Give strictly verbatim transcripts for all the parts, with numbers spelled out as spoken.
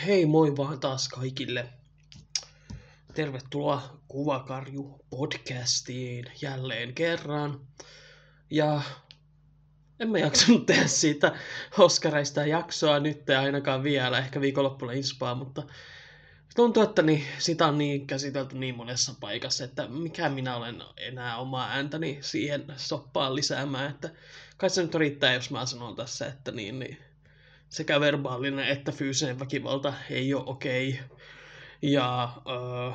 Hei moi vaan taas kaikille. Tervetuloa Kuvakarju podcastiin jälleen kerran. Ja en mä jaksanut tehdä siitä Oskareista jaksoa nyt ainakaan vielä, ehkä viikonloppuna inspaa, mutta tuntuu, että niin, sitä on niin käsitelty niin monessa paikassa, että mikä minä olen enää omaa ääntäni siihen soppaan lisäämään, että kai se nyt riittää, jos mä sanon tässä, että niin, niin sekä verbaalinen että fyysinen väkivalta ei ole okei. Ja äh,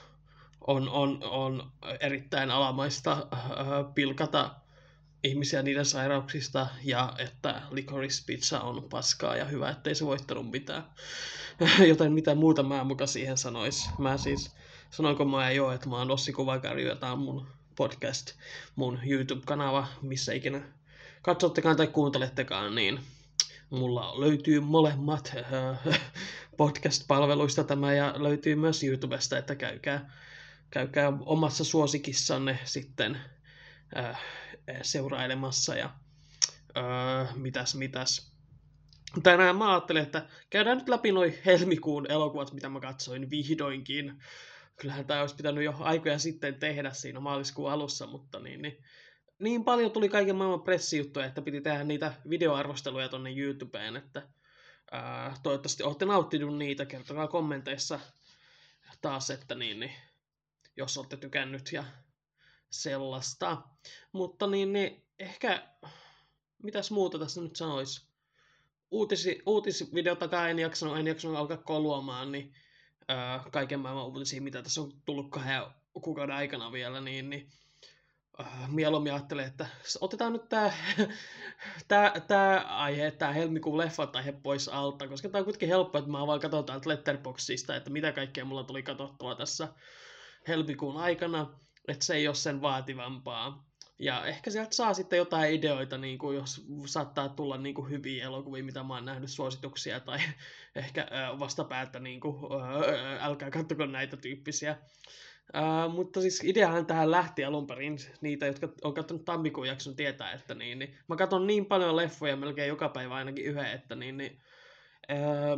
on, on, on erittäin alamaista äh, pilkata ihmisiä niiden sairauksista, ja että licorice pizza on paskaa ja hyvä, ettei se voittanut mitään. Joten mitä muuta mä muka siihen sanois. Mä siis, sanoinko mä ei oo, että mä oon Ossi Kuvakarju ja tää on mun podcast, mun YouTube-kanava, missä ikinä katsottekaan tai kuuntelettekaan, niin mulla löytyy molemmat äh, podcast-palveluista tämä ja löytyy myös YouTubesta, että käykää, käykää omassa suosikissanne sitten äh, seurailemassa ja äh, mitäs mitäs. Tänään mä ajattelin, että käydään nyt läpi noi helmikuun elokuvat, mitä mä katsoin vihdoinkin. Kyllähän tää olisi pitänyt jo aikoja sitten tehdä siinä maaliskuun alussa, mutta niin, niin niin paljon tuli kaiken maailman pressijuttuja, että piti tehdä niitä videoarvosteluja tonne YouTubeen, että ää, toivottavasti olette nauttinut niitä, kertokaa kommenteissa taas, että niin, niin jos olette tykännyt ja sellaista. Mutta niin, niin ehkä, mitäs muuta tässä nyt sanois? Uutisi, uutisvideotakaan en jaksanut, en jaksanut alkaa koluamaan, niin ää, kaiken maailman uutisia, mitä tässä on tullut kahden kuukauden aikana vielä, niin, niin Uh, mieluummin ajattelen, että otetaan nyt tää, tää, tää aihe, tää helmikuun leffat aihe pois alta, koska tää on kuitenkin helppo, että mä vaan katson täältä Letterboxdista, että mitä kaikkea mulla tuli katsottua tässä helmikuun aikana, että se ei ole sen vaativampaa. Ja ehkä sieltä saa sitten jotain ideoita, niin kuin jos saattaa tulla niin kuin hyviä elokuvia, mitä mä oon nähnyt, suosituksia, tai ehkä äh, vastapäätä, niin kuin, äh, älkää katsoko näitä tyyppisiä. Uh, mutta siis ideahan tähän lähti alun perin, niitä, jotka on katsonut tammikuun jakson tietää, että niin, niin mä katson niin paljon leffoja melkein joka päivä ainakin yhden, että niin, niin uh,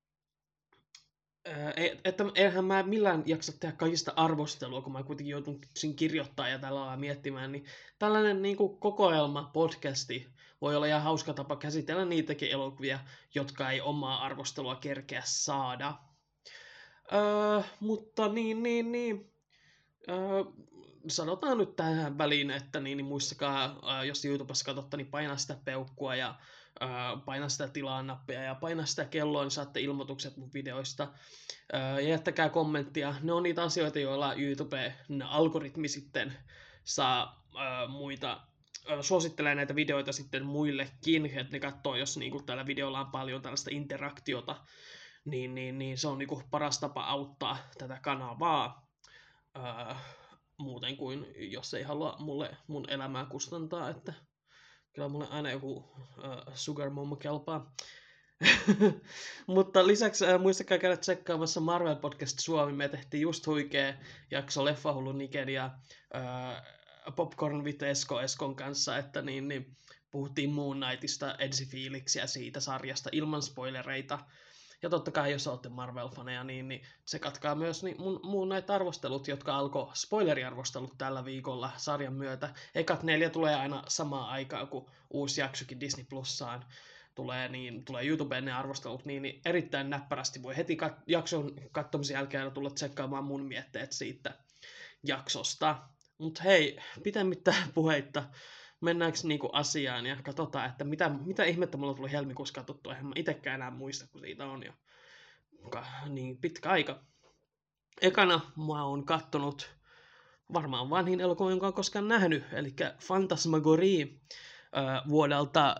uh, että eihän mä millään jaksa tehdä kaikista arvostelua, kun mä kuitenkin joutun siinä kirjoittaa ja tällä lailla miettimään, niin tällainen niin kuin kokoelma podcasti voi olla ihan hauska tapa käsitellä niitäkin elokuvia, jotka ei omaa arvostelua kerkeä saada. Uh, mutta niin, niin, niin. Uh, sanotaan nyt tähän väliin, että niin, niin muistakaa, uh, jos YouTubessa katsotte, niin painaa sitä peukkua ja uh, painaa sitä tilaa-nappia ja painaa sitä kelloa, niin saatte ilmoitukset mun videoista. Uh, ja jättäkää kommenttia. Ne on niitä asioita, joilla YouTuben algoritmi sitten saa uh, muita uh, suosittelee näitä videoita sitten muillekin, että ne katsoo, jos niin kuin, tällä videolla on paljon tällaista interaktiota. Niin, niin, niin se on niinku paras tapa auttaa tätä kanavaa öö, muuten kuin jos ei halua mulle mun elämää kustantaa, että kyllä mulle aina joku öö, sugar mummo kelpaa. Mutta lisäksi äh, muistakaa käydä tsekkaamassa Marvel Podcast Suomi. Me tehtiin just huikea jakso Leffahullu Niken ja äh, Popcorn with Esko Eskon kanssa, että niin, niin puhuttiin Moon Knightista, ensifiiliksiä siitä sarjasta ilman spoilereita. Ja totta kai, jos olette Marvel-faneja, niin, niin tsekatkaa myös niin mun, mun näitä arvostelut, jotka alkoi spoileriarvostelut tällä viikolla sarjan myötä. Ekat neljä tulee aina samaan aikaan, kun uusi jaksokin Disney Plussaan tulee, niin tulee YouTubeen ne arvostelut, niin, niin erittäin näppärästi voi heti kat- jakson katsomisen jälkeen tulla tsekkaamaan mun mietteet siitä jaksosta. Mut hei, pitemmittä puheitta, mennäänkö niinku asiaan ja katsotaan, että mitä, mitä ihmettä mulla tuli helmikuussa katsottua. En mä itekään enää muista, kun siitä on jo niin pitkä aika. Ekana mä oon kattonut varmaan vanhin elokuva, jonka on koskaan nähnyt, eli Phantasmagorie äh, vuodelta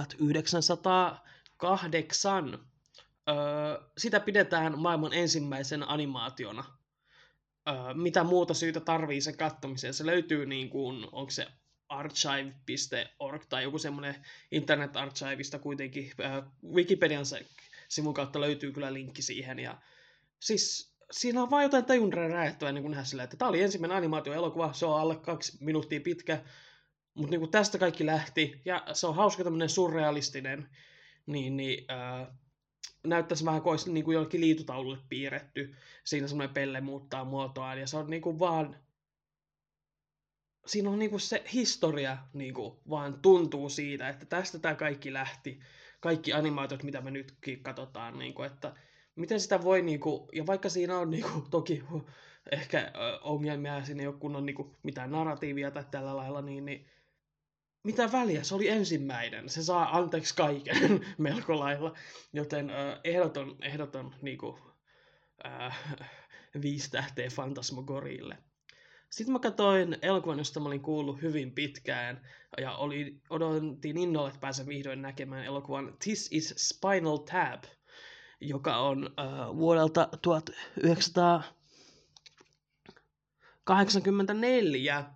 tuhatyhdeksänsataakahdeksan. Äh, sitä pidetään maailman ensimmäisenä animaationa. Äh, mitä muuta syytä tarvii sen kattomiseen? Se löytyy niin kuin, onko se archive piste org tai joku semmoinen internet archiveista kuitenkin. Äh, Wikipedian sivun kautta löytyy kyllä linkki siihen. Ja siis siinä on vaan jotain tajunnan räjähtöä niin nähdä sillä, että tämä oli ensimmäinen animaatioelokuva, se on alle kaksi minuuttia pitkä, mutta niin tästä kaikki lähti, ja se on hauska tämmöinen surrealistinen, niin, niin äh, näyttäisi vähän kuin olisi niin kuin jollekin liitutaululle piirretty. Siinä semmoinen pelle muuttaa muotoaan ja se on niin kuin vaan... Siinä on niinku se historia niinku vaan tuntuu siitä, että tästä tämä kaikki lähti. Kaikki animaatiot, mitä me nytkin katsotaan, niinku, että miten sitä voi, niinku, ja vaikka siinä on niinku, toki ehkä ö, ongelmia ja siinä ei ole kunnon niinku, mitään narratiivia tai tällä lailla, niin, niin mitä väliä, se oli ensimmäinen. Se saa anteeksi kaiken melko lailla, joten ö, ehdoton, ehdoton niinku, ö, viisi tähteä Fantasmagorille. Sitten mä katsoin elokuvan, josta mä olin kuullut hyvin pitkään, ja oli, odotin innolla, että pääsen vihdoin näkemään elokuvan This is Spinal Tap, joka on äh, vuodelta tuhatyhdeksänsataakahdeksankymmentäneljä äh,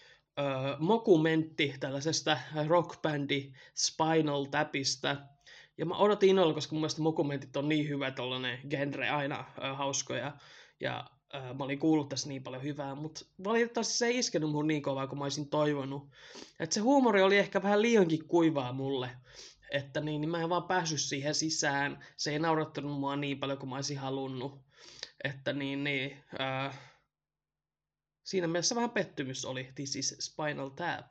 mokumentti tällaisesta rockbändi Spinal Tapista. Ja mä odotin innolla, koska mun mielestä mokumentit on niin hyvä tollanen genre, aina äh, hauskoja. Ja äh, mä olin kuullut tässä niin paljon hyvää, mutta valitettavasti se ei iskenyt mun niin kovaa kuin mä olisin toivonut. Et se huumori oli ehkä vähän liiankin kuivaa mulle. Että niin, niin mä en vaan päässyt siihen sisään. Se ei naurattanut mua niin paljon kuin mä olisin halunnut. Että niin, niin äh, siinä mielessä vähän pettymys oli This is Spinal Tap.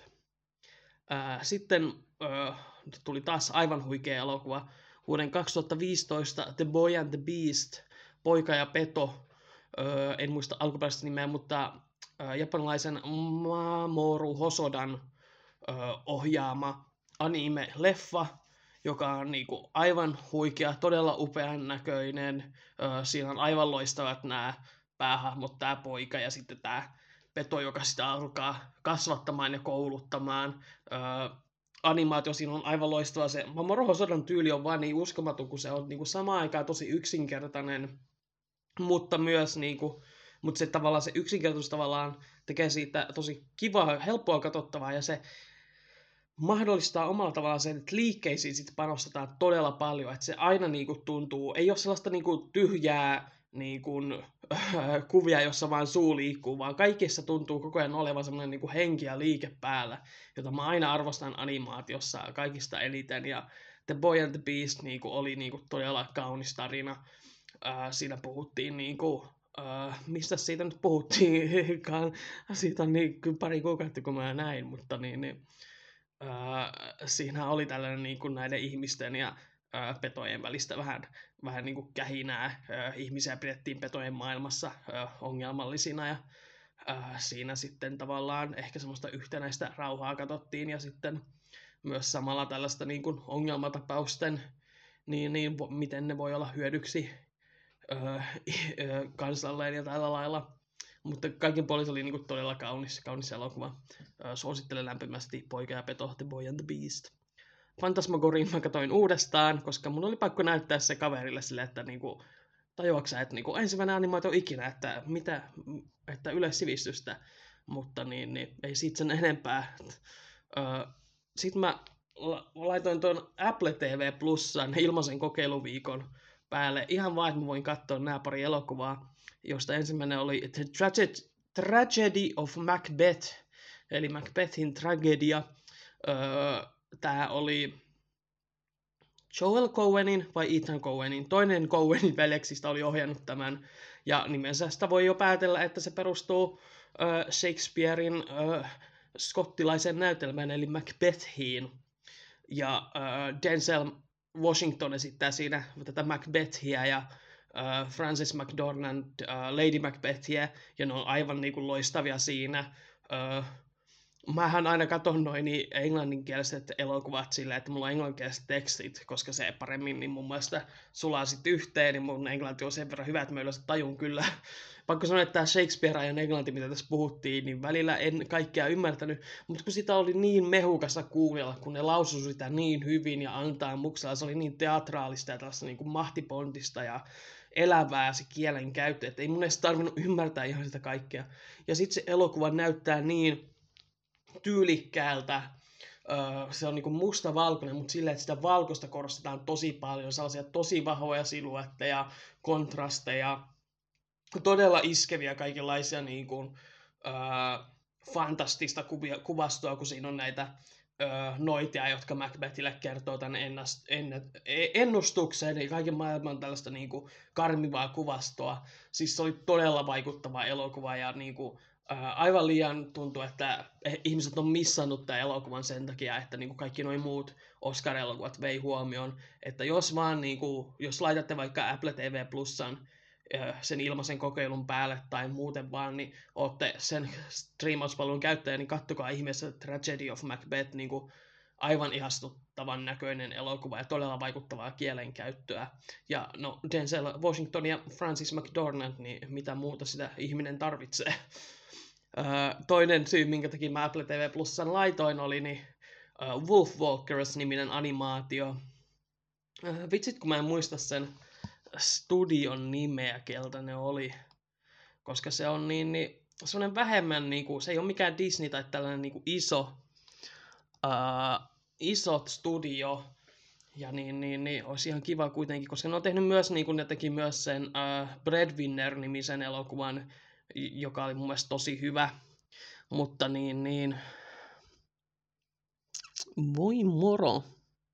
Äh, sitten äh, tuli taas aivan huikea elokuva. Vuoden kaksituhattaviisitoista The Boy and the Beast, Poika ja Peto. Öö, en muista alkuperäistä nimeä, mutta öö, japanilaisen Mamoru Hosodan öö, ohjaama anime-leffa, joka on niinku aivan huikea, todella upean näköinen. Öö, siinä on aivan loistavat nämä päähahmot, tämä poika ja sitten tämä Peto, joka sitä alkaa kasvattamaan ja kouluttamaan. Öö, animaatio siinä on aivan loistava. Se Mamoru Hosodan tyyli on vaan niin uskomaton, kun se on niinku samaan aikaan tosi yksinkertainen, mutta myös niinku, mutta se tavallaan se yksinkertaisuus tavallaan tekee siitä tosi kivaa, helppoa katsottavaa ja se mahdollistaa omalla tavallaan sen, että liikkeisiin sit panostetaan todella paljon, että se aina niinku tuntuu, ei ole sellaista niinku tyhjää niinku, äh, kuvia, jossa vain suu liikkuu, vaan kaikissa tuntuu koko ajan olevan semmoinen niinku henki ja liike päällä, jota mä aina arvostan animaatiossa kaikista eniten, ja The Boy and the Beast niinku, oli niinku, todella kaunis tarina. Äh, siinä puhuttiin niinku, äh, mistä siitä nyt puhuttiinkaan, siitä on niin kyllä pari kuukautta kun mä näin, mutta niin, niin äh, siinä oli tällainen niin kuin näiden ihmisten ja äh, petojen välistä vähän, vähän niin kuin kähinää. Äh, ihmisiä pidettiin petojen maailmassa äh, ongelmallisina ja äh, siinä sitten tavallaan ehkä semmoista yhtenäistä rauhaa katsottiin ja sitten myös samalla tällaista niin kuin ongelmatapausten, niin, niin miten ne voi olla hyödyksi öö, öö, kansalleen ja tällä lailla. Mutta kaiken puolin se oli niinku todella kaunis, kaunis elokuva. Öö, suosittelen lämpimästi Poika ja Peto, The Boy and the Beast. Fantasmagorin mä katsoin uudestaan, koska mun oli pakko näyttää se kaverille sille, että niinku, tajuaksä, että niinku, ensimmäinen animaatio ikinä, että mitä, että yleissivistystä, mutta niin, niin ei siitä sen enempää. Öö, Sitten mä laitoin tuon Apple T V Plusan ilmaisen kokeiluviikon päälle ihan vaan, että mä voin katsoa nämä pari elokuvaa, josta ensimmäinen oli The Tragedy, Tragedy of Macbeth, eli Macbethin tragedia. Öö, Tämä oli Joel Coenin vai Ethan Coenin, toinen Coenin veljeksistä oli ohjannut tämän, ja nimensä sitä voi jo päätellä, että se perustuu öö, Shakespearein öö, skottilaisen näytelmään, eli Macbethiin. Ja öö, Denzel Washington esittää siinä tätä Macbethia ja äh, Frances McDormand äh, Lady Macbethia, ja ne on aivan niin kuin loistavia siinä. Äh, mähän aina katson noin niin englanninkieliset elokuvat silleen, että mulla on englanninkieliset tekstit, koska se paremmin niin mun mielestä sulaa sit yhteen, niin mun englanti on sen verran hyvä, että mä yleensä tajun kyllä. Pakko sanoa, että tämä Shakespeare-ajan englanti, mitä tässä puhuttiin, niin välillä en kaikkea ymmärtänyt, mutta kun sitä oli niin mehukasta kuunnella, kun ne lausui sitä niin hyvin ja antaa muksella, se oli niin teatraalista ja tällaista niin kuin mahtipontista ja elävää se kielen käyttö, että ei mun edes tarvinnut ymmärtää ihan sitä kaikkea. Ja sitten se elokuva näyttää niin tyylikkäältä, se on niinku musta-valkoinen, mutta silleen, että sitä valkoista korostetaan tosi paljon, sellaisia tosi vahvoja siluetteja, kontrasteja, todella iskeviä kaikenlaisia niinku, äh, fantastista kuvia, kuvastoa, kun siinä on näitä öö, noitia, jotka Macbethille kertoo tämän ennast, ennet, ennustuksen ja kaiken maailman tällaista niin kuin karmivaa kuvastoa. Siis se oli todella vaikuttava elokuva ja niin kuin, öö, aivan liian tuntuu, että ihmiset on missannut tämän elokuvan sen takia, että niin kuin kaikki nuo muut Oscar-elokuvat vei huomioon. Että jos vaan, niin kuin, jos laitatte vaikka Apple T V Plusan sen ilmaisen kokeilun päälle tai muuten vaan, niin ootte sen striimauspalvelun käyttäjä, niin kattokaa ihmeessä Tragedy of Macbeth, niin kuin aivan ihastuttavan näköinen elokuva ja todella vaikuttavaa kielenkäyttöä. Ja no Denzel Washington ja Francis McDormand, niin mitä muuta sitä ihminen tarvitsee. Toinen syy, minkä takia mä Apple T V Plusan laitoin, oli niin Wolf Walkers-niminen animaatio. Vitsit, kun mä en muista sen studion nimeä, keltä ne oli, koska se on niin, niin semmoinen vähemmän, niin kuin, se ei ole mikään Disney tai tällainen niin kuin iso, uh, iso studio, ja niin, niin, niin olisi ihan kiva kuitenkin, koska ne on tehnyt myös, niin kuin ne teki myös sen uh, Breadwinner-nimisen elokuvan, joka oli mun mielestä tosi hyvä, mutta niin, niin, voi moro.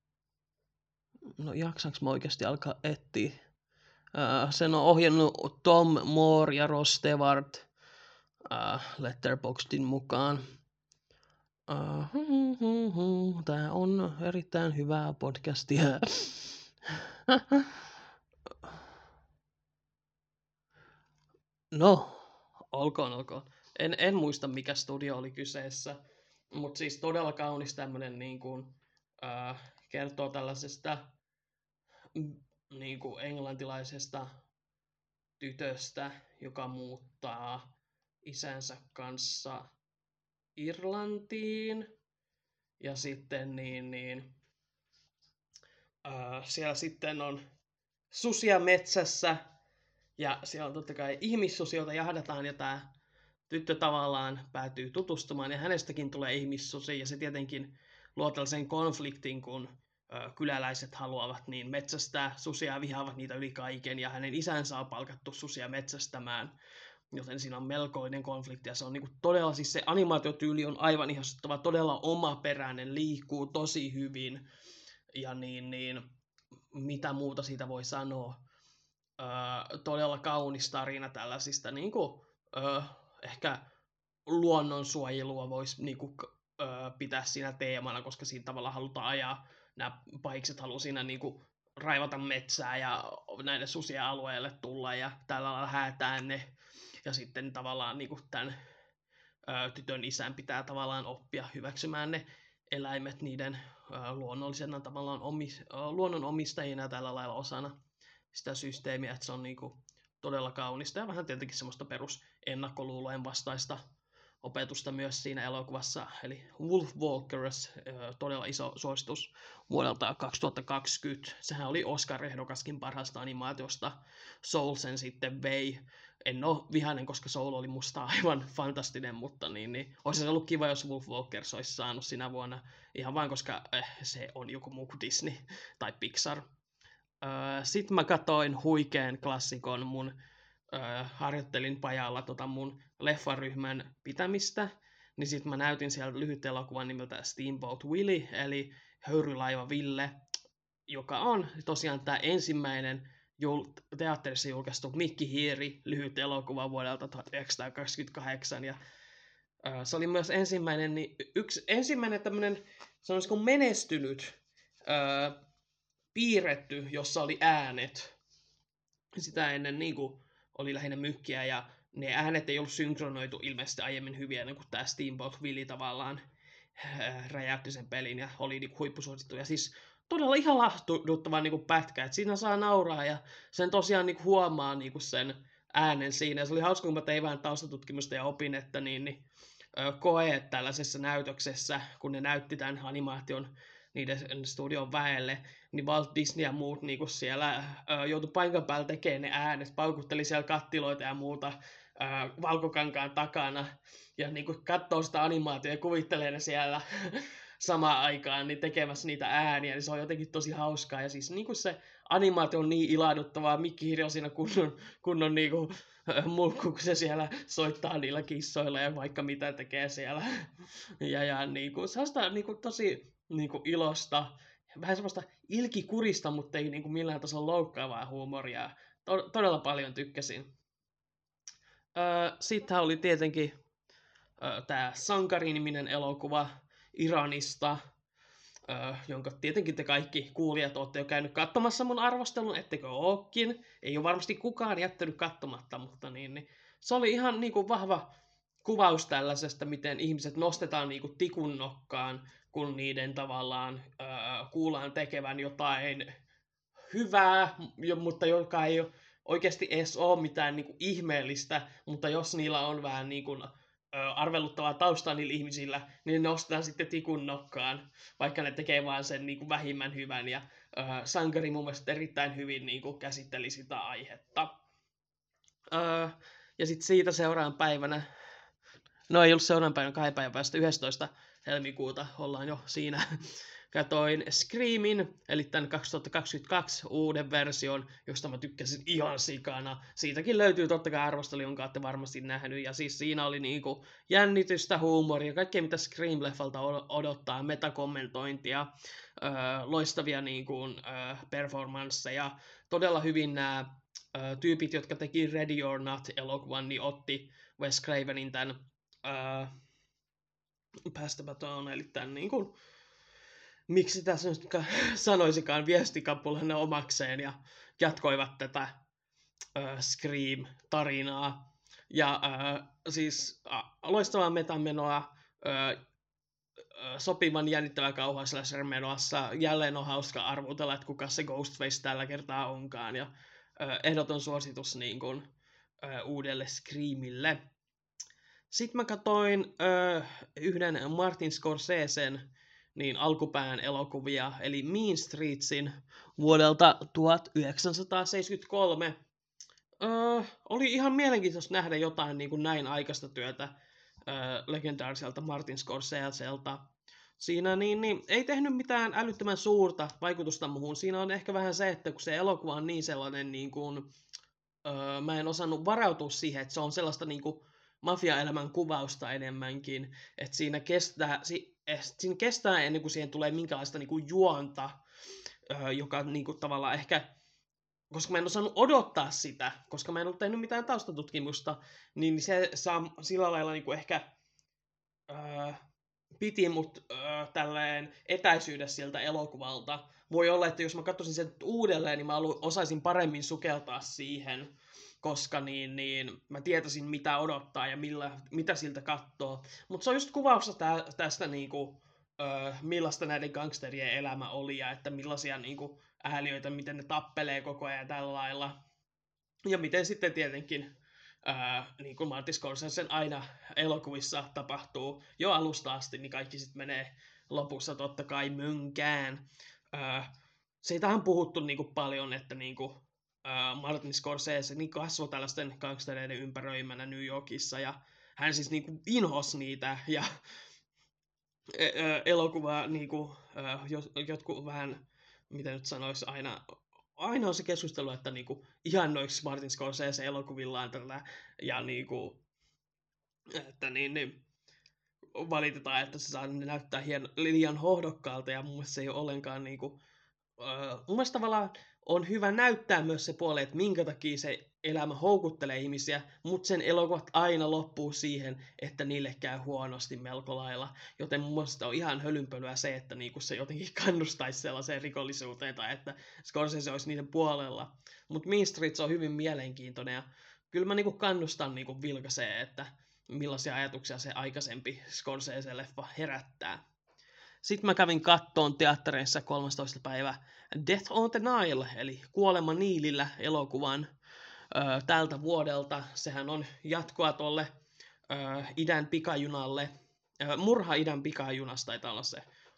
No jaksaanko mä oikeasti alkaa etsiä? Uh, sen on ohjannut Tom Moore ja Ross Stewart uh, Letterboxdin mukaan. Uh, hu, hu, hu. Tää on erittäin hyvää podcastia. No, olkoon, olkoon. En, en muista, mikä studio oli kyseessä, mutta siis todella kaunis tämmönen niin kuin, uh, kertoo tällaisesta niin kuin englantilaisesta tytöstä, joka muuttaa isänsä kanssa Irlantiin. Ja sitten niin, niin ää, siellä sitten on susia metsässä. Ja siellä on totta kai ihmissusi, jota jahdataan, ja tämä tyttö tavallaan päätyy tutustumaan. Ja hänestäkin tulee ihmissusi, ja se tietenkin luo tällaisen konfliktin, kun ää, kyläläiset haluavat niin metsästää susia ja vihaavat niitä yli kaiken. Ja hänen isänsä on palkattu susia metsästämään. Joten siinä on melkoinen konflikti ja se on niinku todella, siis se animaatiotyyli on aivan ihastuttava, todella omaperäinen, liikkuu tosi hyvin ja niin, niin mitä muuta siitä voi sanoa. Öö, todella kaunis tarina tällaisista niinku, öö, ehkä luonnonsuojelua voisi niinku, öö, pitää siinä teemana, koska siinä tavalla halutaan ajaa, nämä pahikset haluaa siinä niinku raivata metsää ja näiden susien alueelle tulla ja tällä lailla häätään ne. Ja sitten tavallaan niin kuin tämän ö, tytön isän pitää tavallaan oppia hyväksymään ne eläimet niiden ö, luonnollisena tavallaan omis, ö, luonnon omistajina tällä lailla osana sitä systeemiä, että se on niin kuin todella kaunista ja vähän tietenkin semmoista perus ennakkoluulojen vastaista opetusta myös siinä elokuvassa, eli Wolf Walkers, todella iso suositus vuodelta kaksituhattakaksikymmentä. Sehän oli Oscar-ehdokaskin parhaasta animaatiosta. Soul sen sitten vei. En ole vihainen, koska Soul oli musta aivan fantastinen, mutta niin, niin olisi se ollut kiva, jos Wolf Walkers olisi saanut sinä vuonna. Ihan vain, koska eh, se on joku muu kuin Disney tai Pixar. Sitten mä katoin huikean klassikon mun Öö, harjoittelin pajalla tota mun leffaryhmän pitämistä, niin sitten mä näytin siellä lyhyt elokuvan nimeltä Steamboat Willie, eli Höyrylaiva Ville, joka on tosiaan tämä ensimmäinen jul- teatterissa julkaistu Mikki Hiiri lyhyt elokuva vuodelta tuhatyhdeksänsataakaksikymmentäkahdeksan, ja öö, se oli myös ensimmäinen, niin yksi ensimmäinen tämmöinen, sanoisiko menestynyt öö, piirretty, jossa oli äänet. Sitä ennen niin kuin oli lähinnä mykkiä ja ne äänet ei ollut synkronoitu ilmeisesti aiemmin hyviä, niin kuin tämä Steamboat Willie tavallaan äh, räjäytti sen pelin ja oli niin huippusuosittu. Ja siis todella ihan lahtuduttava niin pätkä, että siinä saa nauraa ja sen tosiaan niin huomaa niin sen äänen siinä. Ja se oli hauska, kun mä tein vähän taustatutkimusta ja opin, että niin, niin, koe tällaisessa näytöksessä, kun ne näytti tämän animaation niiden studion väelle, niin Walt Disney ja muut niin kuin siellä ö, joutui paikan päällä tekemään ne äänet, paukutteli siellä kattiloita ja muuta ö, valkokankaan takana, ja niin kuin katsoo sitä animaatiota ja kuvittelee ne siellä samaan aikaan niin tekemässä niitä ääniä, niin se on jotenkin tosi hauskaa. Ja siis niin kuin se animaatio on niin ilahduttavaa, Mikki Hirjo siinä kunnon, kunnon niin kuin, mulkku, kun se siellä soittaa niillä kissoilla ja vaikka mitä tekee siellä. Ja, ja niin kuin, sellaista niin kuin, tosi niin kuin, ilosta, vähän semmoista ilkikurista, mutta ei niin kuin, millään tasolla loukkaavaa huumoria. To- todella paljon tykkäsin. Öö, Sitten oli tietenkin öö, tämä Sankari-niminen elokuva Iranista, öö, jonka tietenkin te kaikki kuulijat olette jo käynyt katsomassa mun arvostelun, ettekö ookin. Ei ole varmasti kukaan jättänyt katsomatta, mutta niin, niin. Se oli ihan niin kuin vahva kuvaus tällaisesta, miten ihmiset nostetaan niin kuin tikun nokkaan, kun niiden tavallaan öö, kuullaan tekevän jotain hyvää, mutta joka ei ole oikeasti edes ole mitään niin kuin ihmeellistä, mutta jos niillä on vähän niin kuin, ö, arveluttavaa taustaa niillä ihmisillä, niin ne nostetaan sitten tikun nokkaan, vaikka ne tekee vaan sen niin kuin vähimmän hyvän. Ja ö, Sankari mun mielestä erittäin hyvin niin kuin käsitteli sitä aihetta. Ö, ja sitten siitä seuraavan päivänä, no ei ollut seuraavan päivänä, kahden päivän päästä, yhdestoista helmikuuta, ollaan jo siinä. Katoin Screamin, eli tämän kaksituhattakaksikymmentäkaksi uuden version, josta mä tykkäsin ihan sikana. Siitäkin löytyy totta kai arvostelu, jonka olette varmasti nähnyt. Ja siis siinä oli niinku jännitystä, huumoria, kaikkea mitä Scream-leffalta odottaa, metakommentointia, öö, loistavia niinku, öö, performansseja. Todella hyvin nämä öö, tyypit, jotka teki Ready or Not-elokuvan, niin otti Wes Cravenin tämän öö, Pass the Baton, eli tämän niinku, miksi tässä nyt sanoisikaan viestikapulana omakseen ja jatkoivat tätä äh, Scream-tarinaa. Ja äh, siis äh, loistavaa metamenoa, äh, sopivan jännittävää kauhua slasher-menoassa. Jälleen on hauska arvutella, että kuka se Ghostface tällä kertaa onkaan. Ja äh, ehdoton suositus niin kuin, äh, uudelle Screamille. Sitten mä katsoin äh, yhden Martin Scorsesen niin alkupään elokuvia, eli Mean Streetsin vuodelta tuhatyhdeksänsataaseitsemänkymmentäkolme. Öö, oli ihan mielenkiintoista nähdä jotain niin kuin näin aikaista työtä öö, legendaariselta Martin Scorseselta. Siinä niin, niin, ei tehnyt mitään älyttömän suurta vaikutusta muuhun. Siinä on ehkä vähän se, että kun se elokuva on niin sellainen, niin kuin, öö, mä en osannut varautua siihen, että se on sellaista niin kuin mafia-elämän kuvausta enemmänkin, että siinä kestää, si, siinä kestää ennen kuin siihen tulee minkälaista niin kuin juonta, öö, joka niin kuin, tavallaan ehkä, koska mä en osannut odottaa sitä, koska mä en ollut tehnyt mitään taustatutkimusta, niin se saa sillä lailla niin kuin ehkä öö, piti mut öö, tälleen etäisyydessä sieltä elokuvalta. Voi olla, että jos mä katsoisin sen uudelleen, niin mä osaisin paremmin sukeltaa siihen, koska niin, niin mä tietäisin mitä odottaa ja millä, mitä siltä katsoo. Mutta se on just kuvausta tä, tästä niinku, ö, millaista näiden gangsterien elämä oli ja että millaisia niinku, ääliöitä, miten ne tappelee koko ajan tällä lailla. Ja miten sitten tietenkin, ää, niin kuin Martin Scorsesen aina elokuvissa tapahtuu jo alusta asti, niin kaikki sitten menee lopussa totta kai mönkään. Ää, Siitä on puhuttu niinku paljon, että niinku, ää, Martin Scorsese niin kasvoi tällaisten gangstereiden ympäröimänä New Yorkissa, ja hän siis niinku inhosi niitä, ja elokuvaa niinku, ää, jotkut vähän, mitä nyt sanoisi, aina aina on se keskustelu, että niinku ihannoiksi Martin Scorsese elokuvillaan tällä, ja niinku, että niin, niin valitetaan, että se saa näyttää hien, liian hohdokkaalta, ja mun mielestä se ei ole ollenkaan niinku, uh, mun mielestä tavallaan on hyvä näyttää myös se puoli, että minkä takia se elämä houkuttelee ihmisiä, mutta sen elokuvat aina loppuu siihen, että niille käy huonosti melko lailla. Joten mun mielestä on ihan hölynpölyä se, että niinku se jotenkin kannustaisi sellaiseen rikollisuuteen tai että Scorsese olisi niiden puolella. Mutta Mean Streets on hyvin mielenkiintoinen ja kyllä mä niinku kannustan niinku vilkaisee, että millaisia ajatuksia se aikaisempi Scorsese-leffa herättää. Sitten mä kävin kattoon teattereissa kolmastoista päivä Death on the Nile, eli Kuolema Niilillä elokuvan ö, tältä vuodelta. Sehän on jatkoa tolle ö, idän pikajunalle. Ö, Murha idän pikajunasta taitaa olla se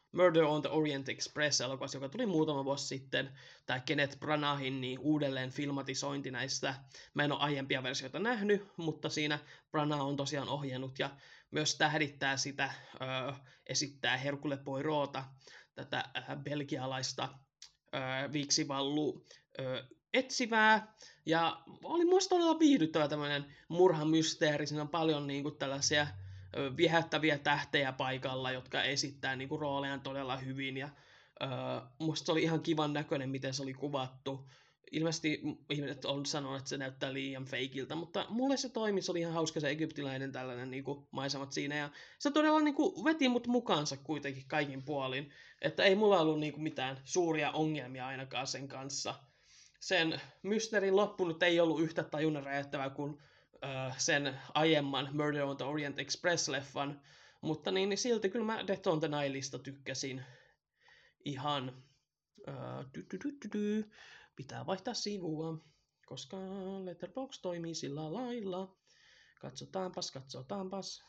Murder on the Orient Express-elokuvassa, joka tuli muutama vuosi sitten, tämä Kenneth Branahin niin uudelleen filmatisointi näistä. Mä en ole aiempia versioita nähnyt, mutta siinä Branagh on tosiaan ohjannut ja myös tähdittää sitä, ö, esittää Hercule Poirota, tätä ö, belgialaista ö, viiksivallu ö, etsivää, ja oli myös todella viihdyttävä tämmöinen murhamysteeri. Siinä on paljon niin kuin, tällaisia ö, viehättäviä tähtejä paikalla, jotka esittää niin kuin, roolejaan todella hyvin, ja ö, musta se oli ihan kivan näköinen, miten se oli kuvattu. Ilmeisesti ihmiset on sanonut, että se näyttää liian feikiltä, mutta mulle se toimi, se oli ihan hauska se egyptiläinen tällainen niin kuin, maisemat siinä, ja se todella niin kuin, veti mut mukaansa kuitenkin kaikin puolin, että ei mulla ollut niin kuin, mitään suuria ongelmia ainakaan sen kanssa. Sen mysteerin loppu nyt ei ollut yhtä tajunnan räjäyttävää kuin äh, sen aiemman Murder on the Orient Express-leffan, mutta niin, niin silti kyllä mä Death on the Nilesta tykkäsin ihan. Äh, dy, dy, dy, dy, dy. Pitää vaihtaa sivua, koska Letterboxd toimii sillä lailla. Katsotaanpas, katsotaanpas.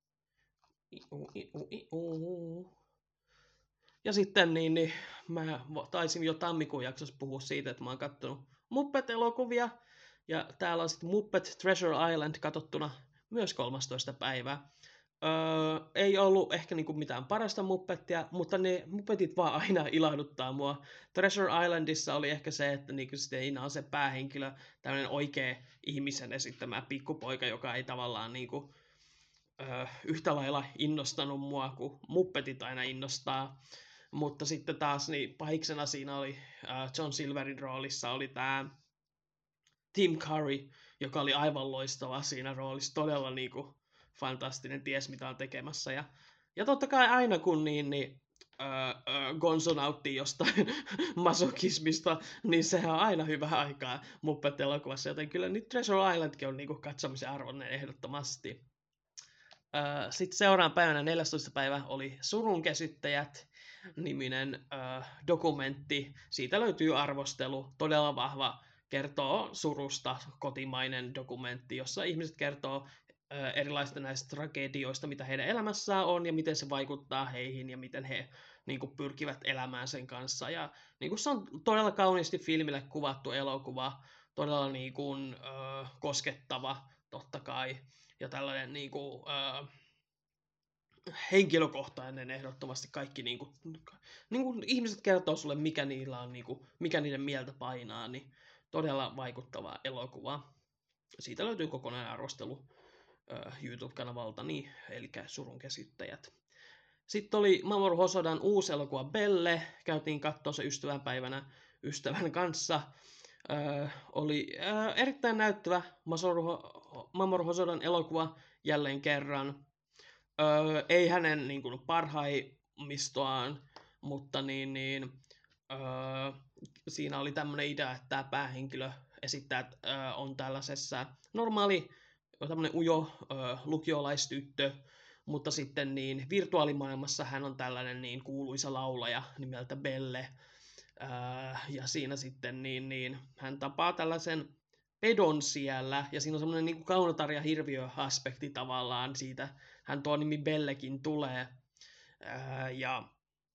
Iu, iu, iu. Ja sitten niin, niin mä taisin jo tammikuun jaksossa puhua siitä, että mä oon kattonut Muppet-elokuvia. Ja täällä on sitten Muppet Treasure Island katsottuna myös kolmastoista päivää. Öö, ei ollut ehkä niinku mitään parasta Muppettia, mutta ne Muppetit vaan aina ilahduttaa mua. Treasure Islandissa oli ehkä se, että niinku siinä on se päähenkilö, tämmöinen oikea ihmisen esittämä pikkupoika, joka ei tavallaan niinku, öö, yhtä lailla innostanut mua kuin Muppetit aina innostaa. Mutta sitten taas niin pahiksena siinä oli äh, John Silverin roolissa oli tämä Tim Curry, joka oli aivan loistava siinä roolissa, todella niinku fantastinen, ties mitä on tekemässä. Ja, ja totta kai aina kun niin, niin öö, öö, Gonzo nauttii jostain masokismista, niin sehän on aina hyvä aikaa Muppet-elokuvassa, joten kyllä nyt Treasure Islandkin on niinku katsomisen arvoinen ehdottomasti. Öö, Sitten seuraavan päivänä neljästoista päivä oli Surun käsittäjät niminen öö, dokumentti. Siitä löytyy arvostelu, todella vahva, kertoo surusta, kotimainen dokumentti, jossa ihmiset kertoo öö, erilaisista näistä tragedioista, mitä heidän elämässään on ja miten se vaikuttaa heihin ja miten he niin kuin, pyrkivät elämään sen kanssa. Ja niin kuin, se on todella kauniisti filmille kuvattu elokuva, todella niin kuin, öö, koskettava totta kai ja tällainen niin kuin, öö, henkilökohtainen ehdottomasti kaikki niin kuin, niin kuin ihmiset kertoo sulle, mikä niillä on, niin kuin, mikä niiden mieltä painaa, niin todella vaikuttava elokuva. Siitä löytyy kokonainen arvostelu äh, YouTube-kanavalta, niin, eli Surun käsittäjät. Sitten oli Mamoru Hosodan uusi elokuva Belle, käytiin katsoa se ystävänpäivänä ystävän kanssa. Äh, oli äh, erittäin näyttävä Mamoru, Mamoru Hosodan elokuva jälleen kerran. Öö, ei hänen niin kuin, parhaimmistoaan, mutta niin, niin, öö, siinä oli tämmöinen idea, että tämä päähenkilö esittää, että öö, on tällaisessa normaali tämmöinen ujo öö, lukiolaistyttö, mutta sitten niin virtuaalimaailmassa hän on tällainen niin kuuluisa laulaja nimeltä Belle. Öö, ja siinä sitten niin, niin, hän tapaa tällaisen pedon siellä, ja siinä on semmoinen niin kaunotarja hirviö-aspekti tavallaan siitä, hän tuo nimi Bellekin tulee, ää, ja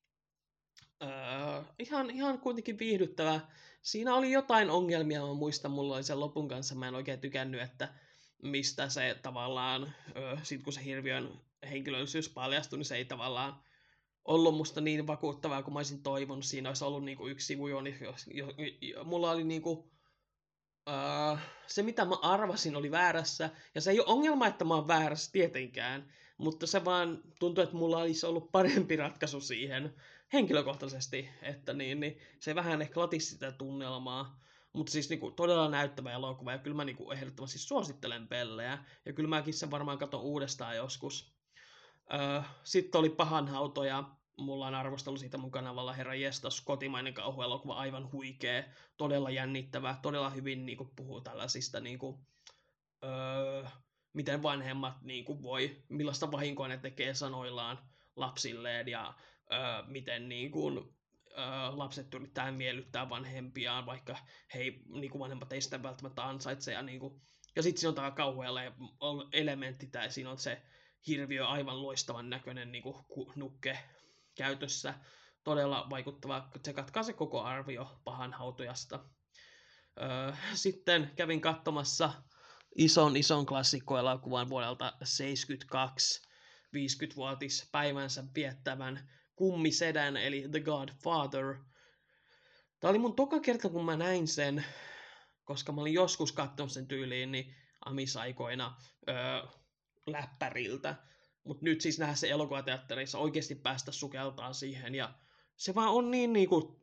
ää, ihan, ihan kuitenkin viihdyttävä. Siinä oli jotain ongelmia, mä muistan, mulla oli sen lopun kanssa, mä en oikein tykännyt, että mistä se tavallaan, ää, sit kun se hirviön henkilöllisyys paljastui, niin se ei tavallaan ollut musta niin vakuuttavaa kuin mä olisin toivonut. Siinä olisi ollut niinku yksi sivu, niin jos, jo, jo, mulla oli niinku Uh, se, mitä mä arvasin, oli väärässä. Ja se ei ole ongelma, että mä oon väärässä tietenkään. Mutta se vaan tuntuu, että mulla olisi ollut parempi ratkaisu siihen henkilökohtaisesti. Että niin, niin se vähän ehkä latisi sitä tunnelmaa. Mutta siis niinku, todella näyttävä elokuva. Ja kyllä mä niinku, ehdottomasti suosittelen Belleä. Ja kyllä mäkin sen varmaan katon uudestaan joskus. Uh, Sitten oli Pahanhautoja. Mulla on arvostelu siitä mun kanavalla, herra jestas, kotimainen kauhuelokuva, aivan huikea, todella jännittävä, todella hyvin niin kuin, puhuu tällaisista, niin kuin, öö, miten vanhemmat niin kuin, voi, millaista vahinkoa ne tekee sanoillaan lapsilleen ja öö, miten niin kuin, öö, lapset yrittää miellyttää vanhempiaan, vaikka hei, niin kuin vanhempat ei sitä välttämättä ansaitse. Ja, niin kuin, ja sitten siinä on tämä kauhuelementti, tai siinä on se hirviö aivan loistavan näköinen niin kuin, nukke käytössä. Todella vaikuttava, tsekatkaa se koko arvio Pahan hautujasta. Öö, sitten kävin katsomassa ison ison klassikkoelokuvan vuodelta seitsemänkymmentäkaksi viisikymmentävuotispäivänsä viettävän kummisedän eli The Godfather. Tämä oli mun toka kerta, kun mä näin sen, koska mä olin joskus katsonut sen tyyliin niin amisaikoina öö, läppäriltä. Mutta nyt siis nähdä se elokuvateatterissa oikeasti päästä sukeltaan siihen. Ja se vaan on niin niinku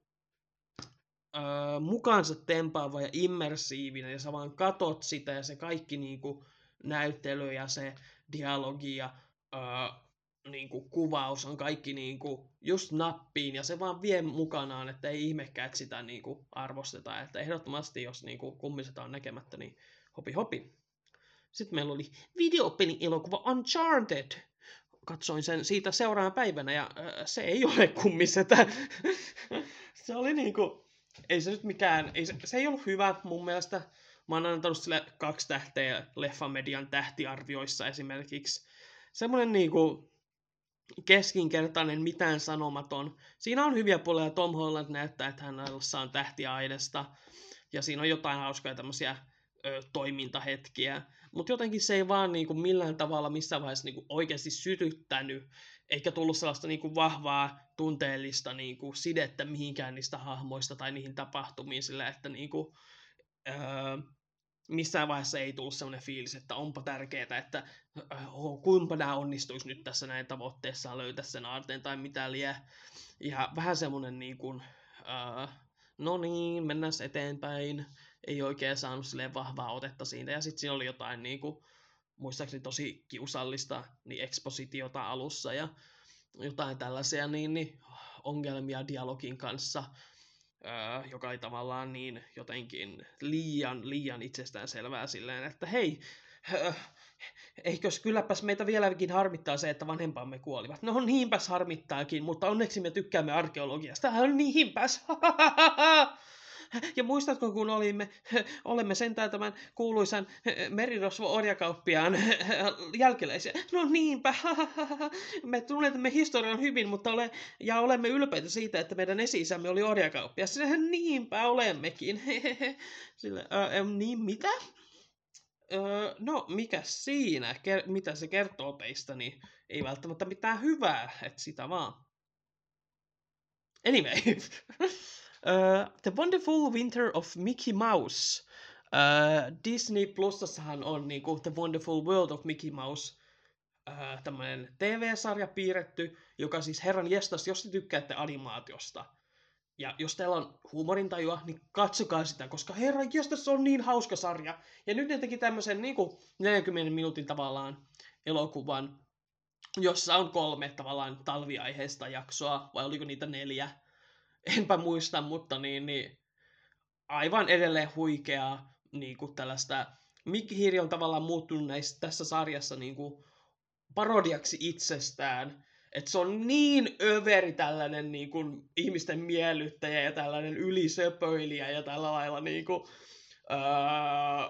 öö, mukaansa tempaava ja immersiivinen. Ja sä vaan katot sitä ja se kaikki niinku näyttely ja se dialogi ja öö, niinku kuvaus on kaikki niinku just nappiin. Ja se vaan vie mukanaan, että ei ihmekään, että sitä niinku arvostetaan. Että ehdottomasti, jos niinku kummiset on näkemättä, niin hopi hopi. Sitten meillä oli videopeli-elokuva Uncharted. Katsoin sen siitä seuraavana päivänä ja äh, se ei ole kummisetä. Se oli niinku, ei se nyt mikään, ei se, se ei ollut hyvä mun mielestä. Mä oon antanut sille kaksi tähteä Leffamedian tähtiarvioissa esimerkiksi. Semmonen niinku keskinkertainen, mitään sanomaton. Siinä on hyviä puolia. Tom Holland näyttää, että hänellä on tähtiaidesta. Ja siinä on jotain hauskoja tämmösiä ö, toimintahetkiä. Mutta jotenkin se ei vaan niinku millään tavalla missään vaiheessa niinku oikeasti sytyttänyt. Eikä tullut sellaista niinku vahvaa tunteellista niinku sidettä mihinkään niistä hahmoista tai niihin tapahtumiin. Sillä että niinku, öö, missään vaiheessa ei tullut sellainen fiilis, että onpa tärkeää, että oh, kuinka nämä onnistuisi nyt tässä näin tavoitteessaan löytää sen aarteen tai mitä lie. Ja vähän semmoinen niin kuin, uh, no niin, mennään eteenpäin. Ei oikein saanut silleen vahvaa otetta siitä. Ja sitten siinä oli jotain niin kuin, muistaakseni tosi kiusallista niin ekspositiota alussa ja jotain tällaisia niin, niin, ongelmia dialogin kanssa. Öö, joka oli tavallaan niin jotenkin liian, liian itsestään selvää silleen, että hei, öö, eikös kylläpäs meitä vieläkin harmittaa se, että vanhempamme kuolivat. No niinpäs harmittaakin, mutta onneksi me tykkäämme arkeologiasta. Niinpäs. Ja muistatko, kun olimme, olemme sentään tämän kuuluisan merirosvo-orjakauppiaan jälkeläisiä? No niinpä, me tunnetamme historian hyvin, mutta ole, ja olemme ylpeitä siitä, että meidän esi-isämme oli orjakauppias. Niinpä olemmekin. Sille, ää, niin mitä? Öö, no, mikä siinä? Ker- mitä se kertoo teistä, niin ei välttämättä mitään hyvää, että sitä vaan. Anyway. Uh, The Wonderful Winter of Mickey Mouse. Uh, Disney Plusassahan on niinku The Wonderful World of Mickey Mouse uh, tämmönen T V-sarja piirretty, joka siis herran jestas, jos te tykkäätte animaatiosta. Ja jos teillä on huumorintajua, niin katsokaa sitä, koska herran jestas se on niin hauska sarja. Ja nyt ne teki tämmösen niinku neljänkymmenen minuutin tavallaan elokuvan, jossa on kolme tavallaan talviaiheista jaksoa, vai oliko niitä neljä? Enpä muista, mutta niin, niin aivan edelleen huikeaa niin kuin tällaista. Mikki Hiiri on tavallaan muuttunut näissä, tässä sarjassa niin kuin parodiaksi itsestään. Että se on niin överi tällainen niin kuin ihmisten miellyttäjä ja tällainen ylisöpöilijä ja tällä lailla niin kuin, ää,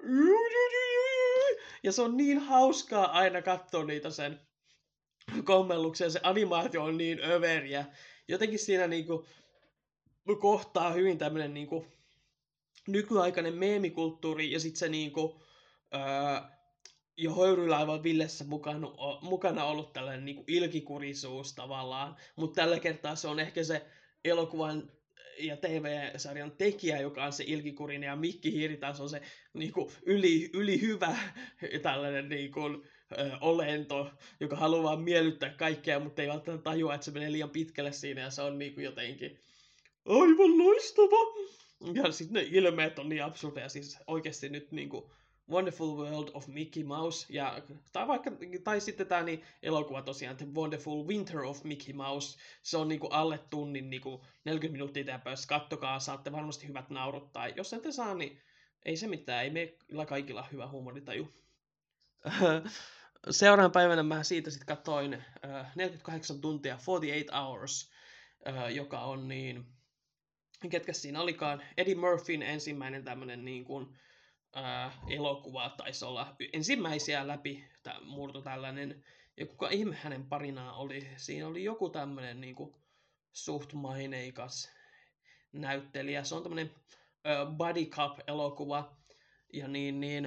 ja se on niin hauskaa aina katsoa niitä sen kommelluksia. Se animaatio on niin överiä. Jotenkin siinä niinku kohtaa hyvin tämmönen niinku nykyaikainen meemikulttuuri ja sit se niinku öö, jo Höyrylaivan Villessä mukana, mukana ollut tällainen niinku ilkikurisuus tavallaan, mutta tällä kertaa se on ehkä se elokuvan ja T V-sarjan tekijä, joka on se ilkikurinen, ja Mikki Hiiri taas on se niinku yli, yli hyvä tällainen niinku ö, olento, joka haluaa miellyttää kaikkea, mutta ei välttämättä tajua, että se menee liian pitkälle siinä, ja se on niinku jotenkin aivan loistava. Ja sitten ne ilmeet on niin absurdeja, siis oikeasti nyt niinku Wonderful World of Mickey Mouse, ja, tai, vaikka, tai sitten tämä niin, elokuva tosiaan, The Wonderful Winter of Mickey Mouse, se on niinku alle tunnin niinku neljäkymmentä minuuttia täpäys, kattokaa, saatte varmasti hyvät naurut, tai jos ette saa, niin ei se mitään, ei meillä kaikilla hyvä huumorintaju. Seuraavan päivänä mä siitä sitten katsoin uh, neljäkymmentäkahdeksan tuntia, forty-eight hours, uh, joka on niin, ketkä siinä olikaan, Eddie Murphyn ensimmäinen tämmönen niin kuin Ää, elokuva taisi olla ensimmäisiä läpi murto tällainen Ja kuka ihme hänen parinaan oli. Siinä oli joku tämmönen niinku suht maineikas näyttelijä. Se on tämmönen uh, Buddy Cup-elokuva. Ja niin, niin,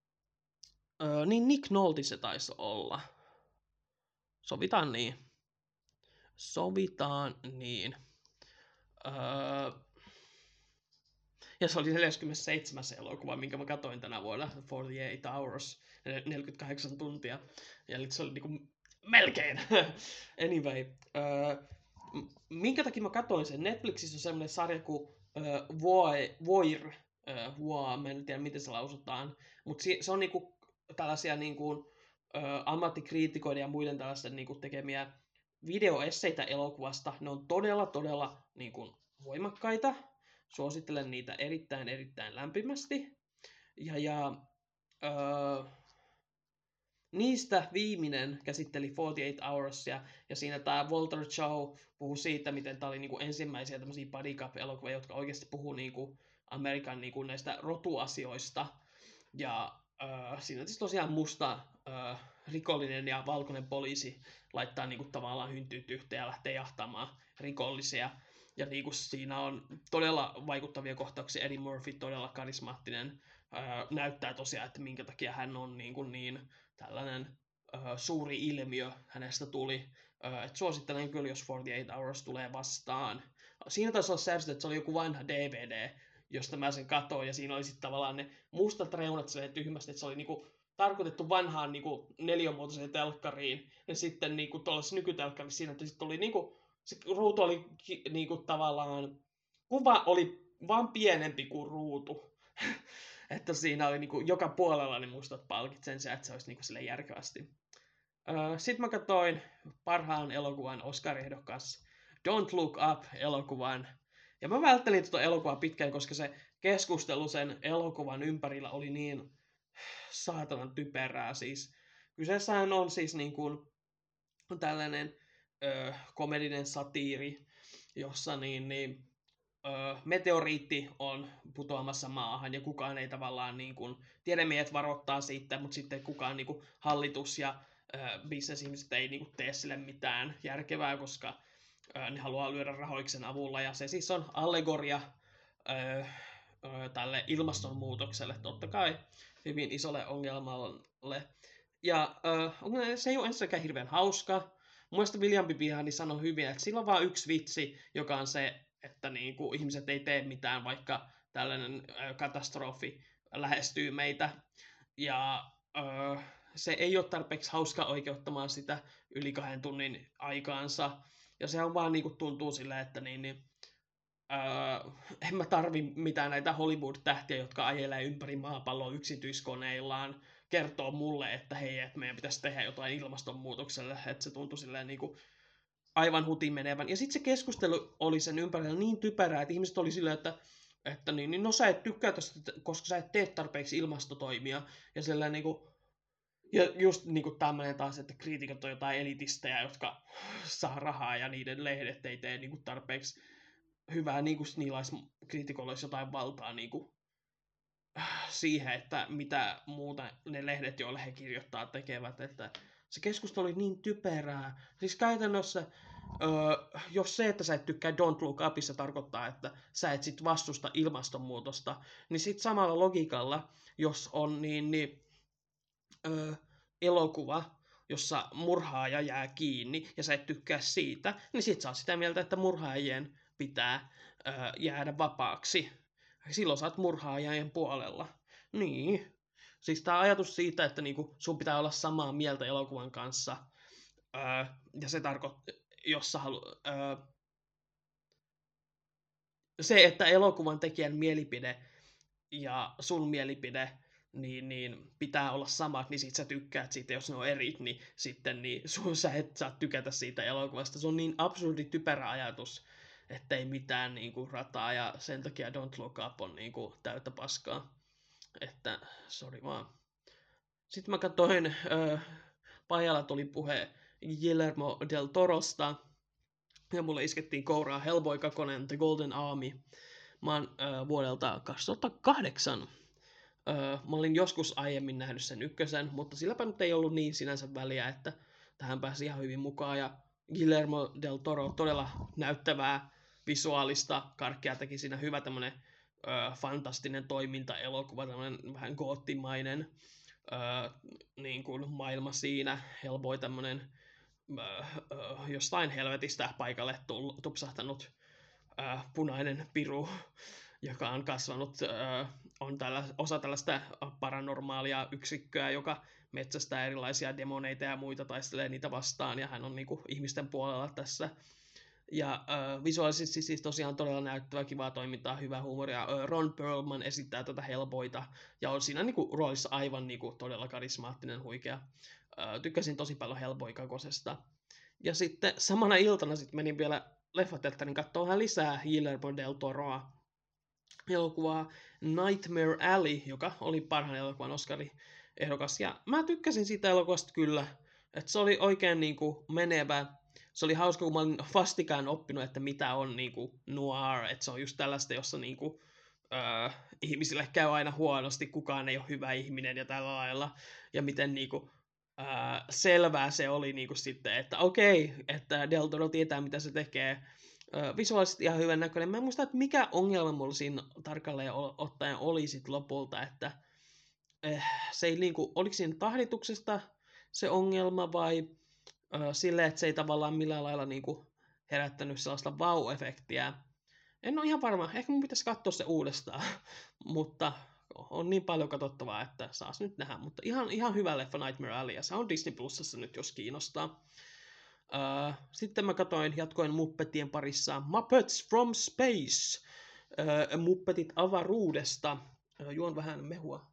uh, niin Nick Nolte se taisi olla. Sovitaan niin. Sovitaan niin. Uh, ja se oli neljäskymmenesseitsemäs elokuva, minkä mä katsoin tänä vuonna, neljäkymmentäkahdeksan Hours, neljäkymmentäkahdeksan tuntia. Ja se oli niinku melkein. Anyway, uh, minkä takia mä katsoin sen? Netflixissä on semmoinen sarja kuin uh, Voir, uh, Voir, mä en tiedä miten se lausutaan, mutta se on niinku tällaisia niinku, uh, ammattikriitikoiden ja muiden tällaisten niinku tekemiä videoesseitä elokuvasta. Ne on todella, todella niinku voimakkaita. Suosittelen niitä erittäin, erittäin lämpimästi. Ja, ja öö, niistä viimeinen käsitteli neljäkymmentäkahdeksan Hoursia, ja siinä tämä Walter Chow puhui siitä, miten tämä oli niinku ensimmäisiä tämmöisiä buddy cup-elokuvia, jotka oikeasti puhuu niinku Amerikan niinku näistä rotuasioista. Ja öö, siinä siis tosiaan musta öö, rikollinen ja valkoinen poliisi laittaa niinku tavallaan hynttyyt yhteen ja lähtee jahtamaan rikollisia. Ja niinku siinä on todella vaikuttavia kohtauksia. Eddie Murphy, todella karismaattinen, öö, näyttää tosiaan, että minkä takia hän on niinku niin tällainen öö, suuri ilmiö hänestä tuli. Öö, et suosittelen kyllä, jos neljäkymmentäkahdeksan Hours tulee vastaan. Siinä taisi olla säästö, että se oli joku vanha D V D, josta mä sen katoin, ja siinä oli sitten tavallaan ne mustat reunat silleen tyhmästi, että se oli niinku tarkoitettu vanhaan niinku neliömuotoiseen telkkariin, ja sitten niinku tuollaisessa nykytelkkarissa siinä, että sitten oli niinku, se ruutu oli ki, niinku tavallaan, kuva oli vaan pienempi kuin ruutu. Että siinä oli niinku joka puolella ne mustat palkit sen sijaan, että se olisi niinku sille järkevästi. Öö, Sitten mä katsoin parhaan elokuvan Oscar-ehdokas Don't Look Up-elokuvan. Ja mä välttelin tuota elokuvaa pitkään, koska se keskustelu sen elokuvan ympärillä oli niin saatanan typerää. Siis, kyseessähän on siis niin kuin tällainen ö, komedinen satiiri, jossa niin, niin, ö, meteoriitti on putoamassa maahan ja kukaan ei tavallaan, niin kuin, tiedemiehet varoittaa siitä, mutta sitten kukaan niin kuin, hallitus ja ö, bisnesihmiset ei niin kuin, tee sille mitään järkevää, koska ö, ne haluaa lyödä rahoiksen avulla. Ja se siis on allegoria ö, ö, tälle ilmastonmuutokselle, totta kai hyvin isolle ongelmalle. Ja ö, se ei ole ensinnäkään hirveän hauska. Mun mielestä William Bibihani sanoi hyvin, että sillä on vain yksi vitsi, joka on se, että niin kuin ihmiset ei tee mitään, vaikka tällainen ö, katastrofi lähestyy meitä. Ja ö, se ei ole tarpeeksi hauska oikeuttamaan sitä yli kahden tunnin aikaansa. Ja se on vaan niin kuin tuntuu silleen, että niin, niin, ö, en mä tarvi mitään näitä Hollywood-tähtiä, jotka ajelee ympäri maapalloa yksityiskoneillaan, kertoo mulle, että hei, että meidän pitäisi tehdä jotain ilmastonmuutokselle, että se tuntui silleen niin kuin aivan hutiin menevän. Ja sitten se keskustelu oli sen ympärillä niin typerää, että ihmiset oli silleen, että, että niin, niin no sä et tykkää tästä, koska sä et tee tarpeeksi ilmastotoimia. Ja silleen niin kuin, ja just niin kuin tämmöinen taas, että kriitikot on jotain elitistejä, jotka saa rahaa ja niiden lehdet ei tee niin kuin tarpeeksi hyvää, niin kuin niillä olisi, kriitikoilla olisi jotain valtaa niin kuin siihen, että mitä muuta ne lehdet, joille he kirjoittaa, tekevät. Että se keskustelu oli niin typerää. Siis käytännössä, öö, jos se, että sä et tykkää Don't Look Upissa tarkoittaa, että sä et sit vastusta ilmastonmuutosta, niin sit samalla logiikalla, jos on niin, niin öö, elokuva, jossa murhaaja jää kiinni ja sä et tykkää siitä, niin sit sä oot sitä mieltä, että murhaajien pitää öö, jäädä vapaaksi. Silloin sä oot murhaajien puolella. Niin. Siis tää ajatus siitä, että niinku sun pitää olla samaa mieltä elokuvan kanssa, öö, ja se tarkoittaa, jos sä halu, öö, se, että elokuvan tekijän mielipide ja sun mielipide niin, niin pitää olla samat, niin sit sä tykkäät siitä, jos ne on eri, niin sitten niin sun, sä et saa tykätä siitä elokuvasta. Se on niin absurdi typerä ajatus, ettei mitään niin kuin, rataa, ja sen takia Don't Look Up on niin kuin, täyttä paskaa. Että, sori vaan. Sitten mä katsoin, äh, Pajalla tuli puhe Guillermo del Torosta, ja mulle iskettiin kouraan Hellboy kaksi, The Golden Army. Mä oon äh, vuodelta kaksituhattakahdeksan. Äh, mä olin joskus aiemmin nähnyt sen ykkösen, mutta silläpä nyt ei ollut niin sinänsä väliä, että tähän pääsi ihan hyvin mukaan. Ja Guillermo del Toro todella näyttävää visuaalista karkkia teki siinä hyvä tämmönen ö, fantastinen toimintaelokuva, tämmönen vähän goottimainen ö, niin kuin maailma siinä. Hellboy tämmönen ö, ö, jostain helvetistä paikalle tull, tupsahtanut ö, punainen piru, joka on kasvanut, ö, on tällä, osa tällaista paranormaalia yksikköä, joka metsästää erilaisia demoneita ja muita, taistelee niitä vastaan, ja hän on niinku ihmisten puolella tässä. Ja äh, visuaalisesti siis tosiaan todella näyttävää, kivaa toimintaa, hyvää huumoria. Äh, Ron Perlman esittää tätä Hellboyta, ja on siinä niinku, roolissa aivan niinku, todella karismaattinen, huikea. Äh, tykkäsin tosi paljon Hellboy-kakosesta. Ja sitten samana iltana sit menin vielä leffateatterin katsoa vähän lisää Guillermo del Toroa elokuvaa Nightmare Alley, joka oli parhaan elokuvan Oscarin ehdokas. Ja mä tykkäsin siitä elokuvasta kyllä, että se oli oikein niinku menevä. Se oli hauska, kun mä olin vastikään oppinut, että mitä on niinku noir, että se on just tällaista, jossa niinku, äh, ihmisille käy aina huonosti, kukaan ei ole hyvä ihminen ja tällä lailla. Ja miten niinku, äh, selvää se oli niinku sitten, että okei, että Del Toro tietää, mitä se tekee. Visuaalisesti ihan hyvän näköinen. Mä en muista, että mikä ongelma mulla siinä tarkalleen ottaen oli sit lopulta, että eh, se ei niinku, oliko siinä tahdituksesta se ongelma vai äh, silleen, että se ei tavallaan millään lailla niinku herättänyt sellaista vau-efektiä. En ole ihan varma, ehkä mun pitäisi katsoa se uudestaan, mutta on niin paljon katsottavaa, että saas nyt nähdä. Mutta ihan, ihan hyvä leffa Nightmare Alley, ja se on Disney Plusassa nyt, jos kiinnostaa. Uh, sitten mä katoin, jatkoin Muppetien parissa Muppets from Space, uh, Muppetit avaruudesta. Uh, juon vähän mehua.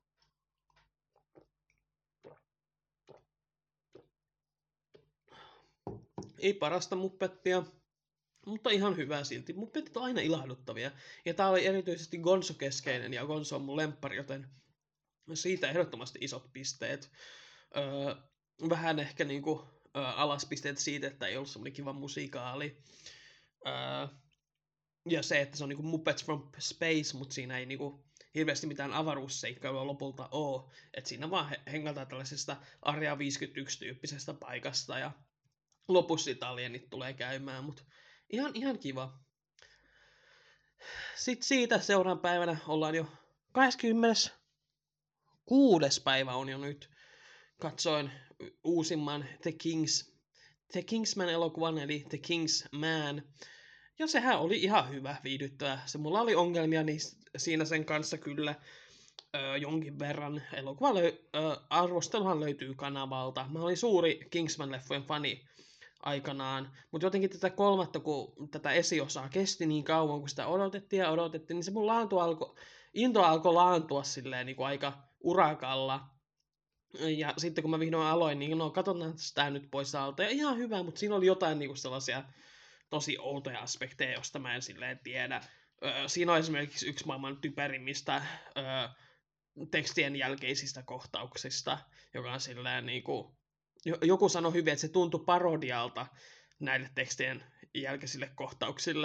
Ei parasta Muppettia, mutta ihan hyvää silti. Muppetit on aina ilahduttavia. Ja tää oli erityisesti Gonzo-keskeinen, ja Gonzo on mun lemppari, joten siitä ehdottomasti isot pisteet. Uh, vähän ehkä niinku Uh, alaspisteet siitä, että ei ollut semmoinen kiva musikaali. Uh, ja se, että se on niinku Muppets from Space, mutta siinä ei niinku hirveästi mitään avaruusseikkailua lopulta ole. Että siinä vaan hengataan tällaisesta Area viisikymmentäyksi-tyyppisestä paikasta ja lopussa sit alienit tulee käymään, mutta ihan, ihan kiva. Sitten siitä seuraavan päivänä ollaan jo kahdeskymmeneskuudes päivä on jo nyt. Katsoin uusimman The Kings, The Kingsman-elokuvan, eli The Kingsman. Ja sehän oli ihan hyvä, viihdyttävä. Se mulla oli ongelmia niin siinä sen kanssa kyllä ö, jonkin verran. Elokuva löy- ö, arvosteluhan löytyy kanavalta. Mä olin suuri Kingsman-leffojen fani aikanaan, mutta jotenkin tätä kolmatta, kun tätä esiosaa kesti niin kauan, kun sitä odotettiin ja odotettiin, niin se mun laantu alko, into alkoi laantua silleen niin kuin aika urakalla. Ja sitten kun mä vihdoin aloin, niin no katsotaan sitä nyt pois alta. Ja ihan hyvä, mutta siinä oli jotain niinku sellaisia tosi outoja aspekteja, josta mä en silleen tiedä. Öö, siinä on esimerkiksi yksi maailman typerimmistä öö, tekstien jälkeisistä kohtauksista, joka on silleen niinku... Joku sanoi hyvin, että se tuntui parodialta näille tekstien jälkeisille kohtauksille.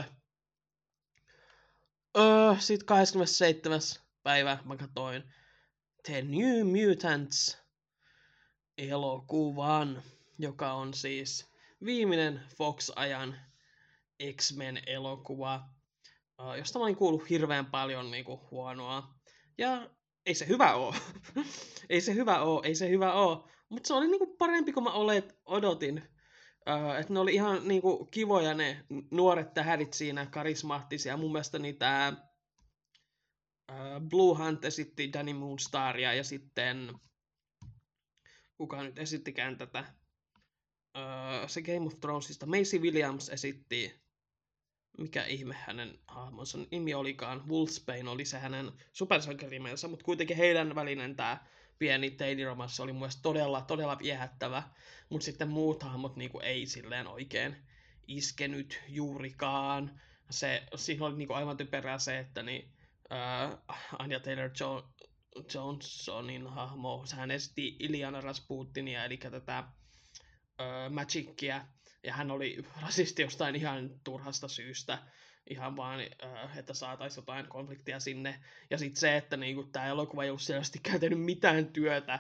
Öö, sitten kahdeskymmenesseitsemäs päivä mä katsoin The New Mutants elokuvan, joka on siis viimeinen Fox-ajan X-Men-elokuva, josta mä olin kuullut hirveän paljon niinku huonoa. Ja ei se hyvä oo. ei se hyvä oo, ei se hyvä oo. Mutta se oli niinku parempi kuin mä olet, odotin. Uh, että ne oli ihan niinku kivoja ne nuoret tähdit siinä, karismaattisia. Mun mielestä niitä uh, Blue Hunt esitti Danny Moonstaria ja sitten kuka nyt esittikään tätä. Uh, se Game of Thronesista. Maisie Williams esitti, mikä ihme hänen hahmonsa nimi olikaan. Wolfsbane oli se hänen supersankarimensä, mutta kuitenkin heidän välinen tää pieni teiniromanssi oli mun mielestä todella, todella viehättävä. Mutta sitten muut hahmot niinku ei silleen oikein iskenyt juurikaan. Se, siinä oli niinku aivan typerää se, että niin, uh, Anya Taylor-Joy Johnsonin hahmo, hän esitti Iliana Rasputinia, eli tätä ö, Magicia, ja hän oli rasisti jostain ihan turhasta syystä, ihan vaan, ö, että saataisiin jotain konfliktia sinne. Ja sitten se, että niinku, tämä elokuva ei ollut selvästi käytänyt mitään työtä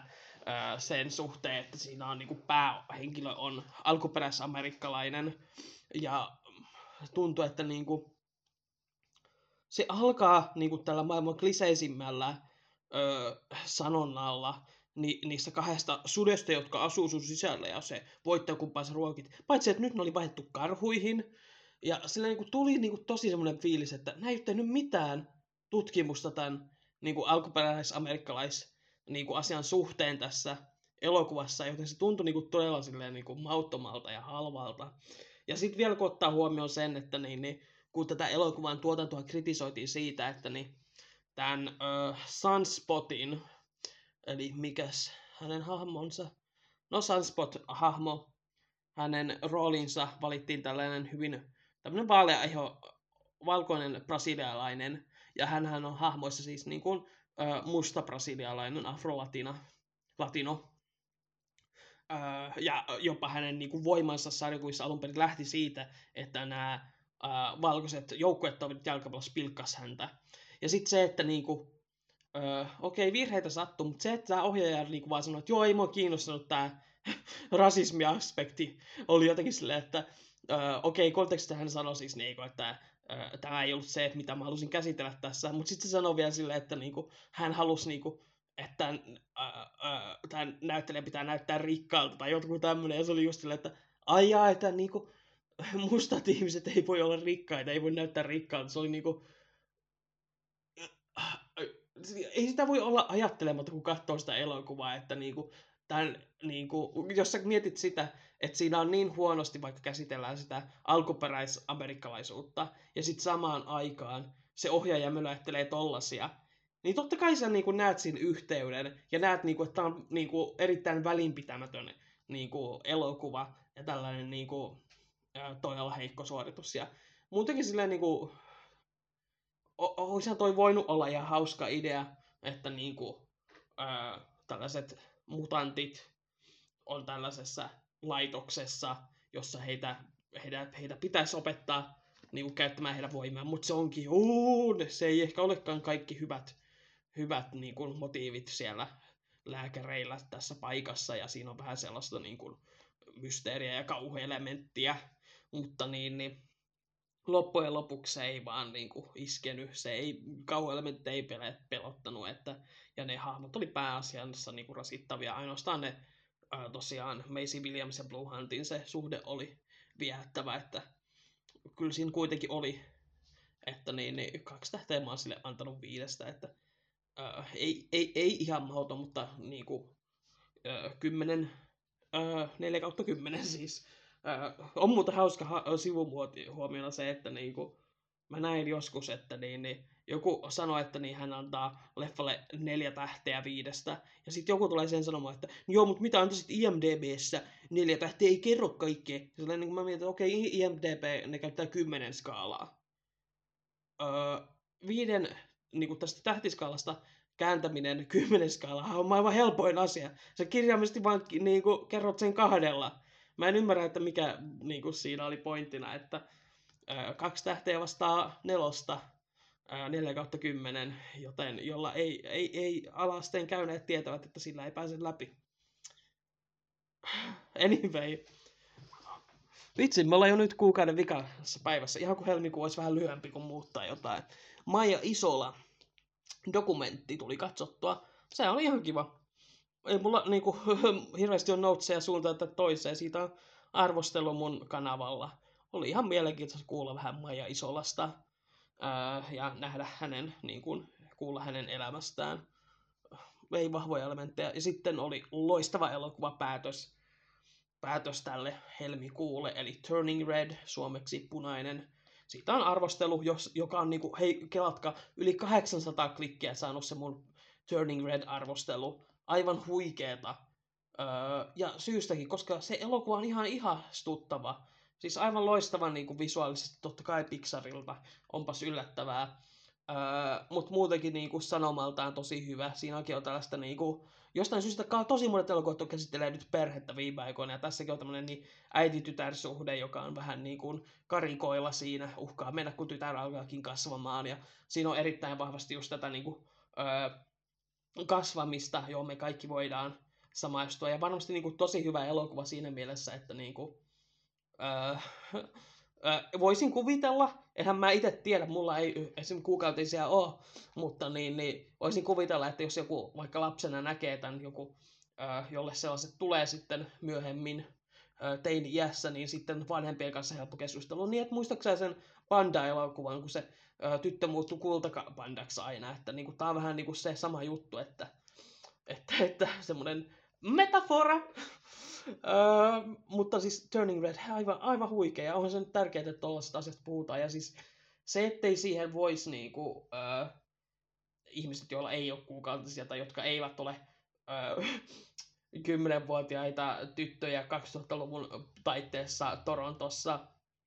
öö, sen suhteen, että siinä on niinku päähenkilö on alkuperäisamerikkalainen ja tuntuu, että niinku se alkaa niinku tällä maailman kliseisimmällä öö, sanonnalla ni, niistä kahdesta sudesta, jotka asuu sun sisällä ja se voittaa kumpaan ruokit. Paitsi, että nyt ne oli vaihdettu karhuihin ja sillä niinku tuli niinku tosi semmoinen fiilis, että nämä ei ole tehnyt mitään tutkimusta tämän niinku alkuperäisamerikkalais niinku asian suhteen tässä elokuvassa, joten se tuntui niinku todella silleen niinku mauttomalta ja halvalta. Ja sitten vielä kun ottaa huomioon sen, että niin, niin, kun tätä elokuvan tuotantoa kritisoitiin siitä, että niin, tämän äh, Sunspotin, eli mikäs hänen hahmonsa, no Sunspot-hahmo, hänen roolinsa valittiin tällainen hyvin tämmöinen vaalea valkoinen brasilialainen, ja hänhän on hahmoissa siis niin kuin äh, musta brasilialainen, afrolatina, latino, äh, ja jopa hänen niin kuin voimansa sarjakuvissa alun perin lähti siitä, että nämä äh, valkoiset joukkuetovit jalkapallossa pilkkas häntä. Ja sitten se, että niinku, öö, okei, okay, virheitä sattuu, mutta se, että tämä ohjaaja niinku vaan sanoi, että joo, ei mua kiinnostanut tämä rasismiaspekti, oli jotenkin silleen, että öö, okei, okay, kontekstissa hän sanoi siis, niinku, että öö, tämä ei ollut se, mitä mä halusin käsitellä tässä, mutta sitten se sanoi vielä silleen, että niinku, hän halusi, niinku, että öö, öö, tämän näyttelijä pitää näyttää rikkaalta tai joku tämmöinen, ja se oli just silleen, että aijaa, että niinku, mustat ihmiset ei voi olla rikkaita, ei voi näyttää rikkaalta, se oli niinku, ei sitä voi olla ajattelematta, kun katsoo sitä elokuvaa, että niinku, tämän, niinku, jos sä mietit sitä, että siinä on niin huonosti, vaikka käsitellään sitä alkuperäisamerikkalaisuutta, ja sitten samaan aikaan se ohjaaja möläyttelee tollasia, niin totta kai sä niinku näet siinä yhteyden, ja näet, niinku, että tämä on niinku, erittäin välinpitämätön niinku, elokuva, ja tällainen niinku, todella heikko suoritus. Ja muutenkin silleen niinku, olisihan toi voinut olla ihan hauska idea, että niinku, ää, tällaiset mutantit on tällaisessa laitoksessa, jossa heitä, heitä, heitä pitäisi opettaa niinku, käyttämään heidän voimaa, mutta se onkin, uu, se ei ehkä olekaan kaikki hyvät, hyvät niinku, motiivit siellä lääkäreillä tässä paikassa, ja siinä on vähän sellaista niinku, mysteeriä ja kauhuelementtiä, mutta niin, niin loppujen lopuksi se ei vaan niinku iskenyt, se ei, kauhuelementti ei pelottanut, että, ja ne hahmot oli pääasiassa niinku rasittavia, ainoastaan ne ää, tosiaan Maisie Williams ja Blue Huntin se suhde oli viehättävä, että kyllä siinä kuitenkin oli, että niin, niin kaksi tähteä mä oon sille antanut viidestä, että ää, ei, ei, ei ihan mahdoton, mutta niinku ää, kymmenen, ää, neljä kautta kymmenen siis. Äh, on muuta hauska ha- sivuhuomiona se, että niinku, mä näin joskus, että niin, niin, joku sanoi, että niin, hän antaa leffalle neljä tähteä viidestä, ja sitten joku tulee sen sanomaan, että joo, mutta mitä antaisit I M D B:ssä, neljä tähteä ei kerro kaikkea. Sellainen, niin mä mietin, että okei, okay, I M D B, ne käyttää kymmenen skaalaa. Öö, viiden, niin kuin tästä tähtiskaalasta kääntäminen kymmenen skaalaa on aivan helpoin asia. Sä kirjaimellisesti vaan niin kuin, kerrot sen kahdella. Mä en ymmärrä, että mikä niin kuin siinä oli pointtina, että ää, kaksi tähteä vastaa nelosta, ää, neljä kautta kymmenen, joten jolla ei, ei, ei alasteen käyneet tietävät, että sillä ei pääse läpi. Anyway. Vitsi, me ollaan jo nyt kuukauden vikassa päivässä, ihan kuin helmikuu olisi vähän lyhyempi kuin muuttaa jotain. Maija Isola dokumentti tuli katsottua. Se oli ihan kiva. Ei mulla niinku, hirveästi on noteseja suuntaan että toiseen. Siitä on arvostelu mun kanavalla. Oli ihan mielenkiintoista kuulla vähän Maija Isolasta ää, ja nähdä hänen, niin kuin, kuulla hänen elämästään. Ei vahvoja elementtejä. Ja sitten oli loistava elokuva päätös, päätös tälle helmikuulle, eli Turning Red, suomeksi punainen. Siitä on arvostelu, jos, joka on, niinku, hei, kelatkaa, yli kahdeksansataa klikkiä saanut se mun Turning Red-arvostelu. Aivan huikeeta. Öö, ja syystäkin, koska se elokuva on ihan ihastuttava. Siis aivan loistava niin kuin visuaalisesti, totta kai Pixarilta, onpas yllättävää. Öö, Mutta muutenkin niin kuin sanomaltaan tosi hyvä. Siinäkin on tällaista, niin kuin, jostain syystä tosi monet elokuvat käsittelee nyt perhettä viime aikoina. Ja tässäkin on tämmöinen niin äiti-tytär-suhde, joka on vähän niin kuin karikoilla siinä. Uhkaa mennä, kun tytär alkaakin kasvamaan. Ja siinä on erittäin vahvasti just tätä niin kuin, öö, kasvamista, johon me kaikki voidaan samaistua. Ja varmasti niin kuin, tosi hyvä elokuva siinä mielessä, että niin kuin, öö, öö, voisin kuvitella, eihän mä itse tiedä, mulla ei esimerkiksi kuukautisia ole, mutta niin, niin, voisin kuvitella, että jos joku vaikka lapsena näkee tämän joku, öö, jolle sellaiset tulee sitten myöhemmin teini-iässä, niin sitten vanhempien kanssa helppo keskustelu. Niin, että muistaakseni sen Panda-elokuvan, kun se ö, tyttö muuttui kultapandaksi aina, että niin kuin, tää on vähän niin kuin se sama juttu, että, että, että semmoinen metafora. öö, mutta siis Turning Red, aivan, aivan huikea, ja onhan se nyt tärkeää, että tollaisesta asiasta puhutaan, ja siis se, ettei siihen voisi niinku, öö, ihmiset, joilla ei ole kuukautisia tai jotka eivät ole öö, kymmenvuotiaita tyttöjä kaksituhattaluvun taitteessa Torontossa,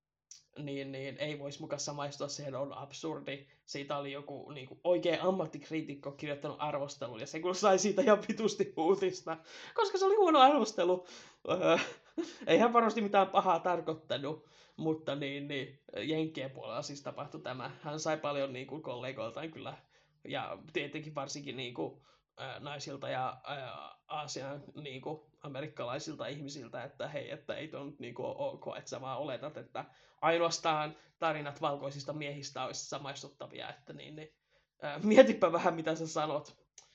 niin, niin ei voisi mukaan samaistua, siihen on absurdi. Siitä oli joku niin kuin, oikea ammattikriitikko kirjoittanut arvostelun, ja se kun sai siitä ihan vitusti uutista, koska se oli huono arvostelu. Öö, eihän varmasti mitään pahaa tarkoittanut, mutta niin, niin, Jenkkien puolella siis tapahtui tämä. Hän sai paljon niin kuin, kollegoiltaan kyllä, ja tietenkin varsinkin niin kuin, naisilta ja ää, Aasian niin kuin, amerikkalaisilta ihmisiltä, että hei, että ei tuo nyt niin kuin, ole ok, että sä vaan oletat, että ainoastaan tarinat valkoisista miehistä olisi samaistuttavia, että niin, niin ää, mietipä vähän, mitä sä sanot.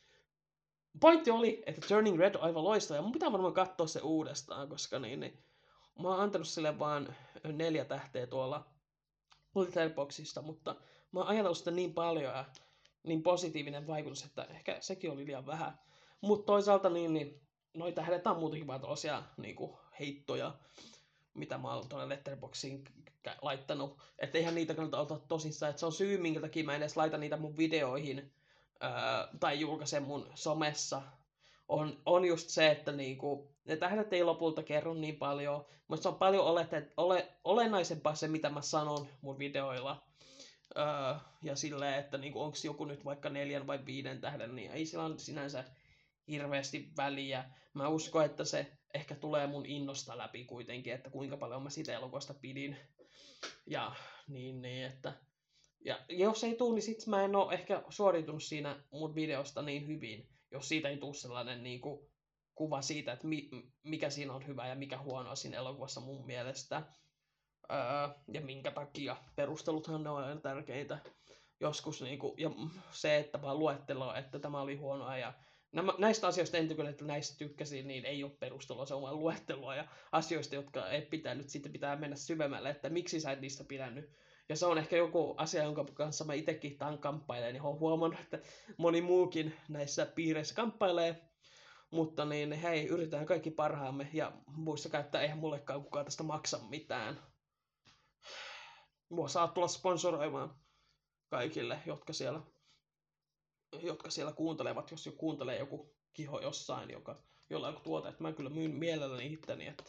Pointti oli, että Turning Red on aivan loistava, ja mun pitää varmaan katsoa se uudestaan, koska niin, niin mä oon antanut sille vaan neljä tähteä tuolla Letterboxdista, mutta mä oon ajatellut sitä niin paljon ja niin positiivinen vaikutus, että ehkä sekin oli liian vähän. Mutta toisaalta niin, niin noi tähdet on muutenkin vaan tällaisia niin kuin heittoja, mitä mä oon tuonne Letterboxiin laittanut. Että eihän niitä kannata ottaa tosissaan. Että se on syy, minkä takia mä en edes laita niitä mun videoihin ää, tai julkaisen mun somessa. On, on just se, että niinku, ne tähdet ei lopulta kerro niin paljon, mutta se on paljon olete, ole, olennaisempaa se, mitä mä sanon mun videoilla. Öö, ja silleen, että niinku, onko joku nyt vaikka neljän vai viiden tähden, niin ei sillä ole sinänsä hirveästi väliä. Mä uskon, että se ehkä tulee mun innosta läpi kuitenkin, että kuinka paljon mä siitä elokuvasta pidin. Ja niin, niin että... Ja jos ei tule, niin sit mä en oo ehkä suoritunut siinä mun videosta niin hyvin, jos siitä ei tule sellainen niin kuin, kuva siitä, että mi- mikä siinä on hyvä ja mikä huonoa siinä elokuvassa mun mielestä. Öö, ja minkä takia. Perusteluthan ne on aina tärkeitä. Joskus niinku, ja se, että vaan luettelee, että tämä oli huonoa ja nämä, näistä asioista en kyllä, että näistä tykkäsin, niin ei ole perustelua, se on vain luettelua ja asioista, jotka ei pitänyt, sitten pitää mennä syvemmälle, että miksi sä et niistä pidännyt. Ja se on ehkä joku asia, jonka kanssa mä itsekin tämän kamppailen, niin olen huomannut, että moni muukin näissä piireissä kamppailee. Mutta niin, hei, yritetään kaikki parhaamme ja muistakaa, että eihän mullekaan kukaan tästä maksa mitään. Mua saa tulla sponsoroimaan kaikille, jotka siellä, jotka siellä kuuntelevat, jos jo kuuntelee joku kiho jossain, joka, jolla on joku tuote, että mä kyllä myyn mielelläni itteni, että...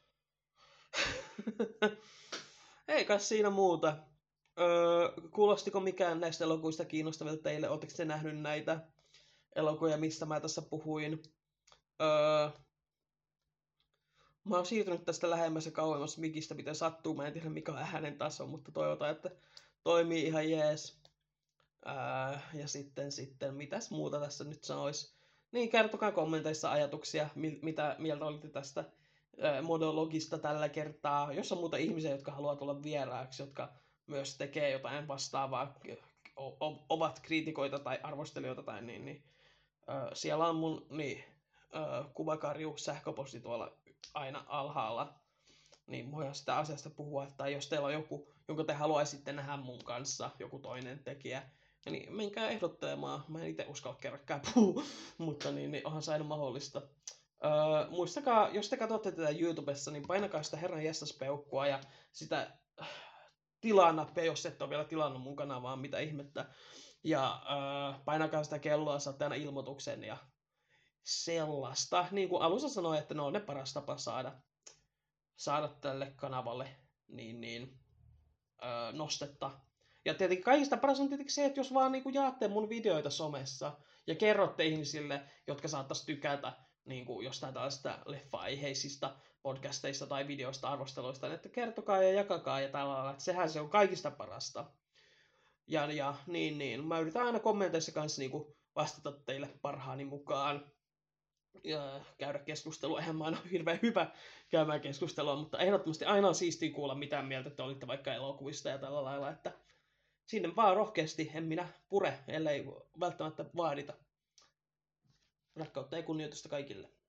Ei kai siinä muuta. Öö, kuulostiko mikään näistä elokuvista kiinnostavilta teille? Oletteko te nähnyt näitä elokuvia, mistä mä tässä puhuin? Öö, mä oon siirtynyt tästä lähemmäs ja kauemmas mikistä, miten sattuu. Mä en tiedä mikä on äänen taso, mutta toivotaan, että toimii ihan jees. Öö, ja sitten, sitten, mitäs muuta tässä nyt sanois? Niin, kertokaa kommenteissa ajatuksia, mi- mitä mieltä olitte tästä öö, monologista tällä kertaa. Jos on muuta ihmisiä, jotka haluaa tulla vieraaksi, jotka myös tekee jotain vastaavaa, o- o- ovat kriitikoita tai arvostelijoita tai niin, niin öö, siellä on mun niin, öö, kuvakarju sähköposti tuolla aina alhaalla, niin voidaan sitä asiasta puhua, tai jos teillä on joku, jonka te haluaisitte nähdä mun kanssa, joku toinen tekijä, niin menkää ehdottelemaan. Mä en itse uskalla kerrakaan puhua, mutta niin, niin onhan se aina mahdollista. Öö, muistakaa, jos te katsotte tätä YouTubessa, niin painakaa sitä Herran Jestas peukkua ja sitä äh, tilaa-nappia, jos et ole vielä tilannut mun kanavaa, mitä ihmettä. Ja öö, painakaa sitä kelloa, saatte aina ilmoituksen ja sellaista. Niin kuin alussa sanoin, että ne on ne paras tapa saada, saada tälle kanavalle niin, niin, öö, nostetta. Ja tietenkin kaikista paras on tietenkin se, että jos vaan niin kuin jaatte mun videoita somessa ja kerrotte ihmisille, jotka saattaisi tykätä niin kuin jostain tällaisista leffa-aiheisista podcasteista tai videoista, arvosteluista, niin että kertokaa ja jakakaa ja tällä lailla, että sehän se on kaikista parasta. Ja, ja niin, niin. Mä yritän aina kommenteissa kanssa niin kuin vastata teille parhaani mukaan. ja käydä keskustelua. Eihän mä aina ole hirveän hyvä käymään keskustelua, mutta ehdottomasti aina on siistiä kuulla mitään mieltä, että olitte vaikka elokuvista ja tällä lailla, että sinne vaan rohkeasti, en minä pure, ellei välttämättä vaadita. Rakkautta ja kunnioitusta kaikille.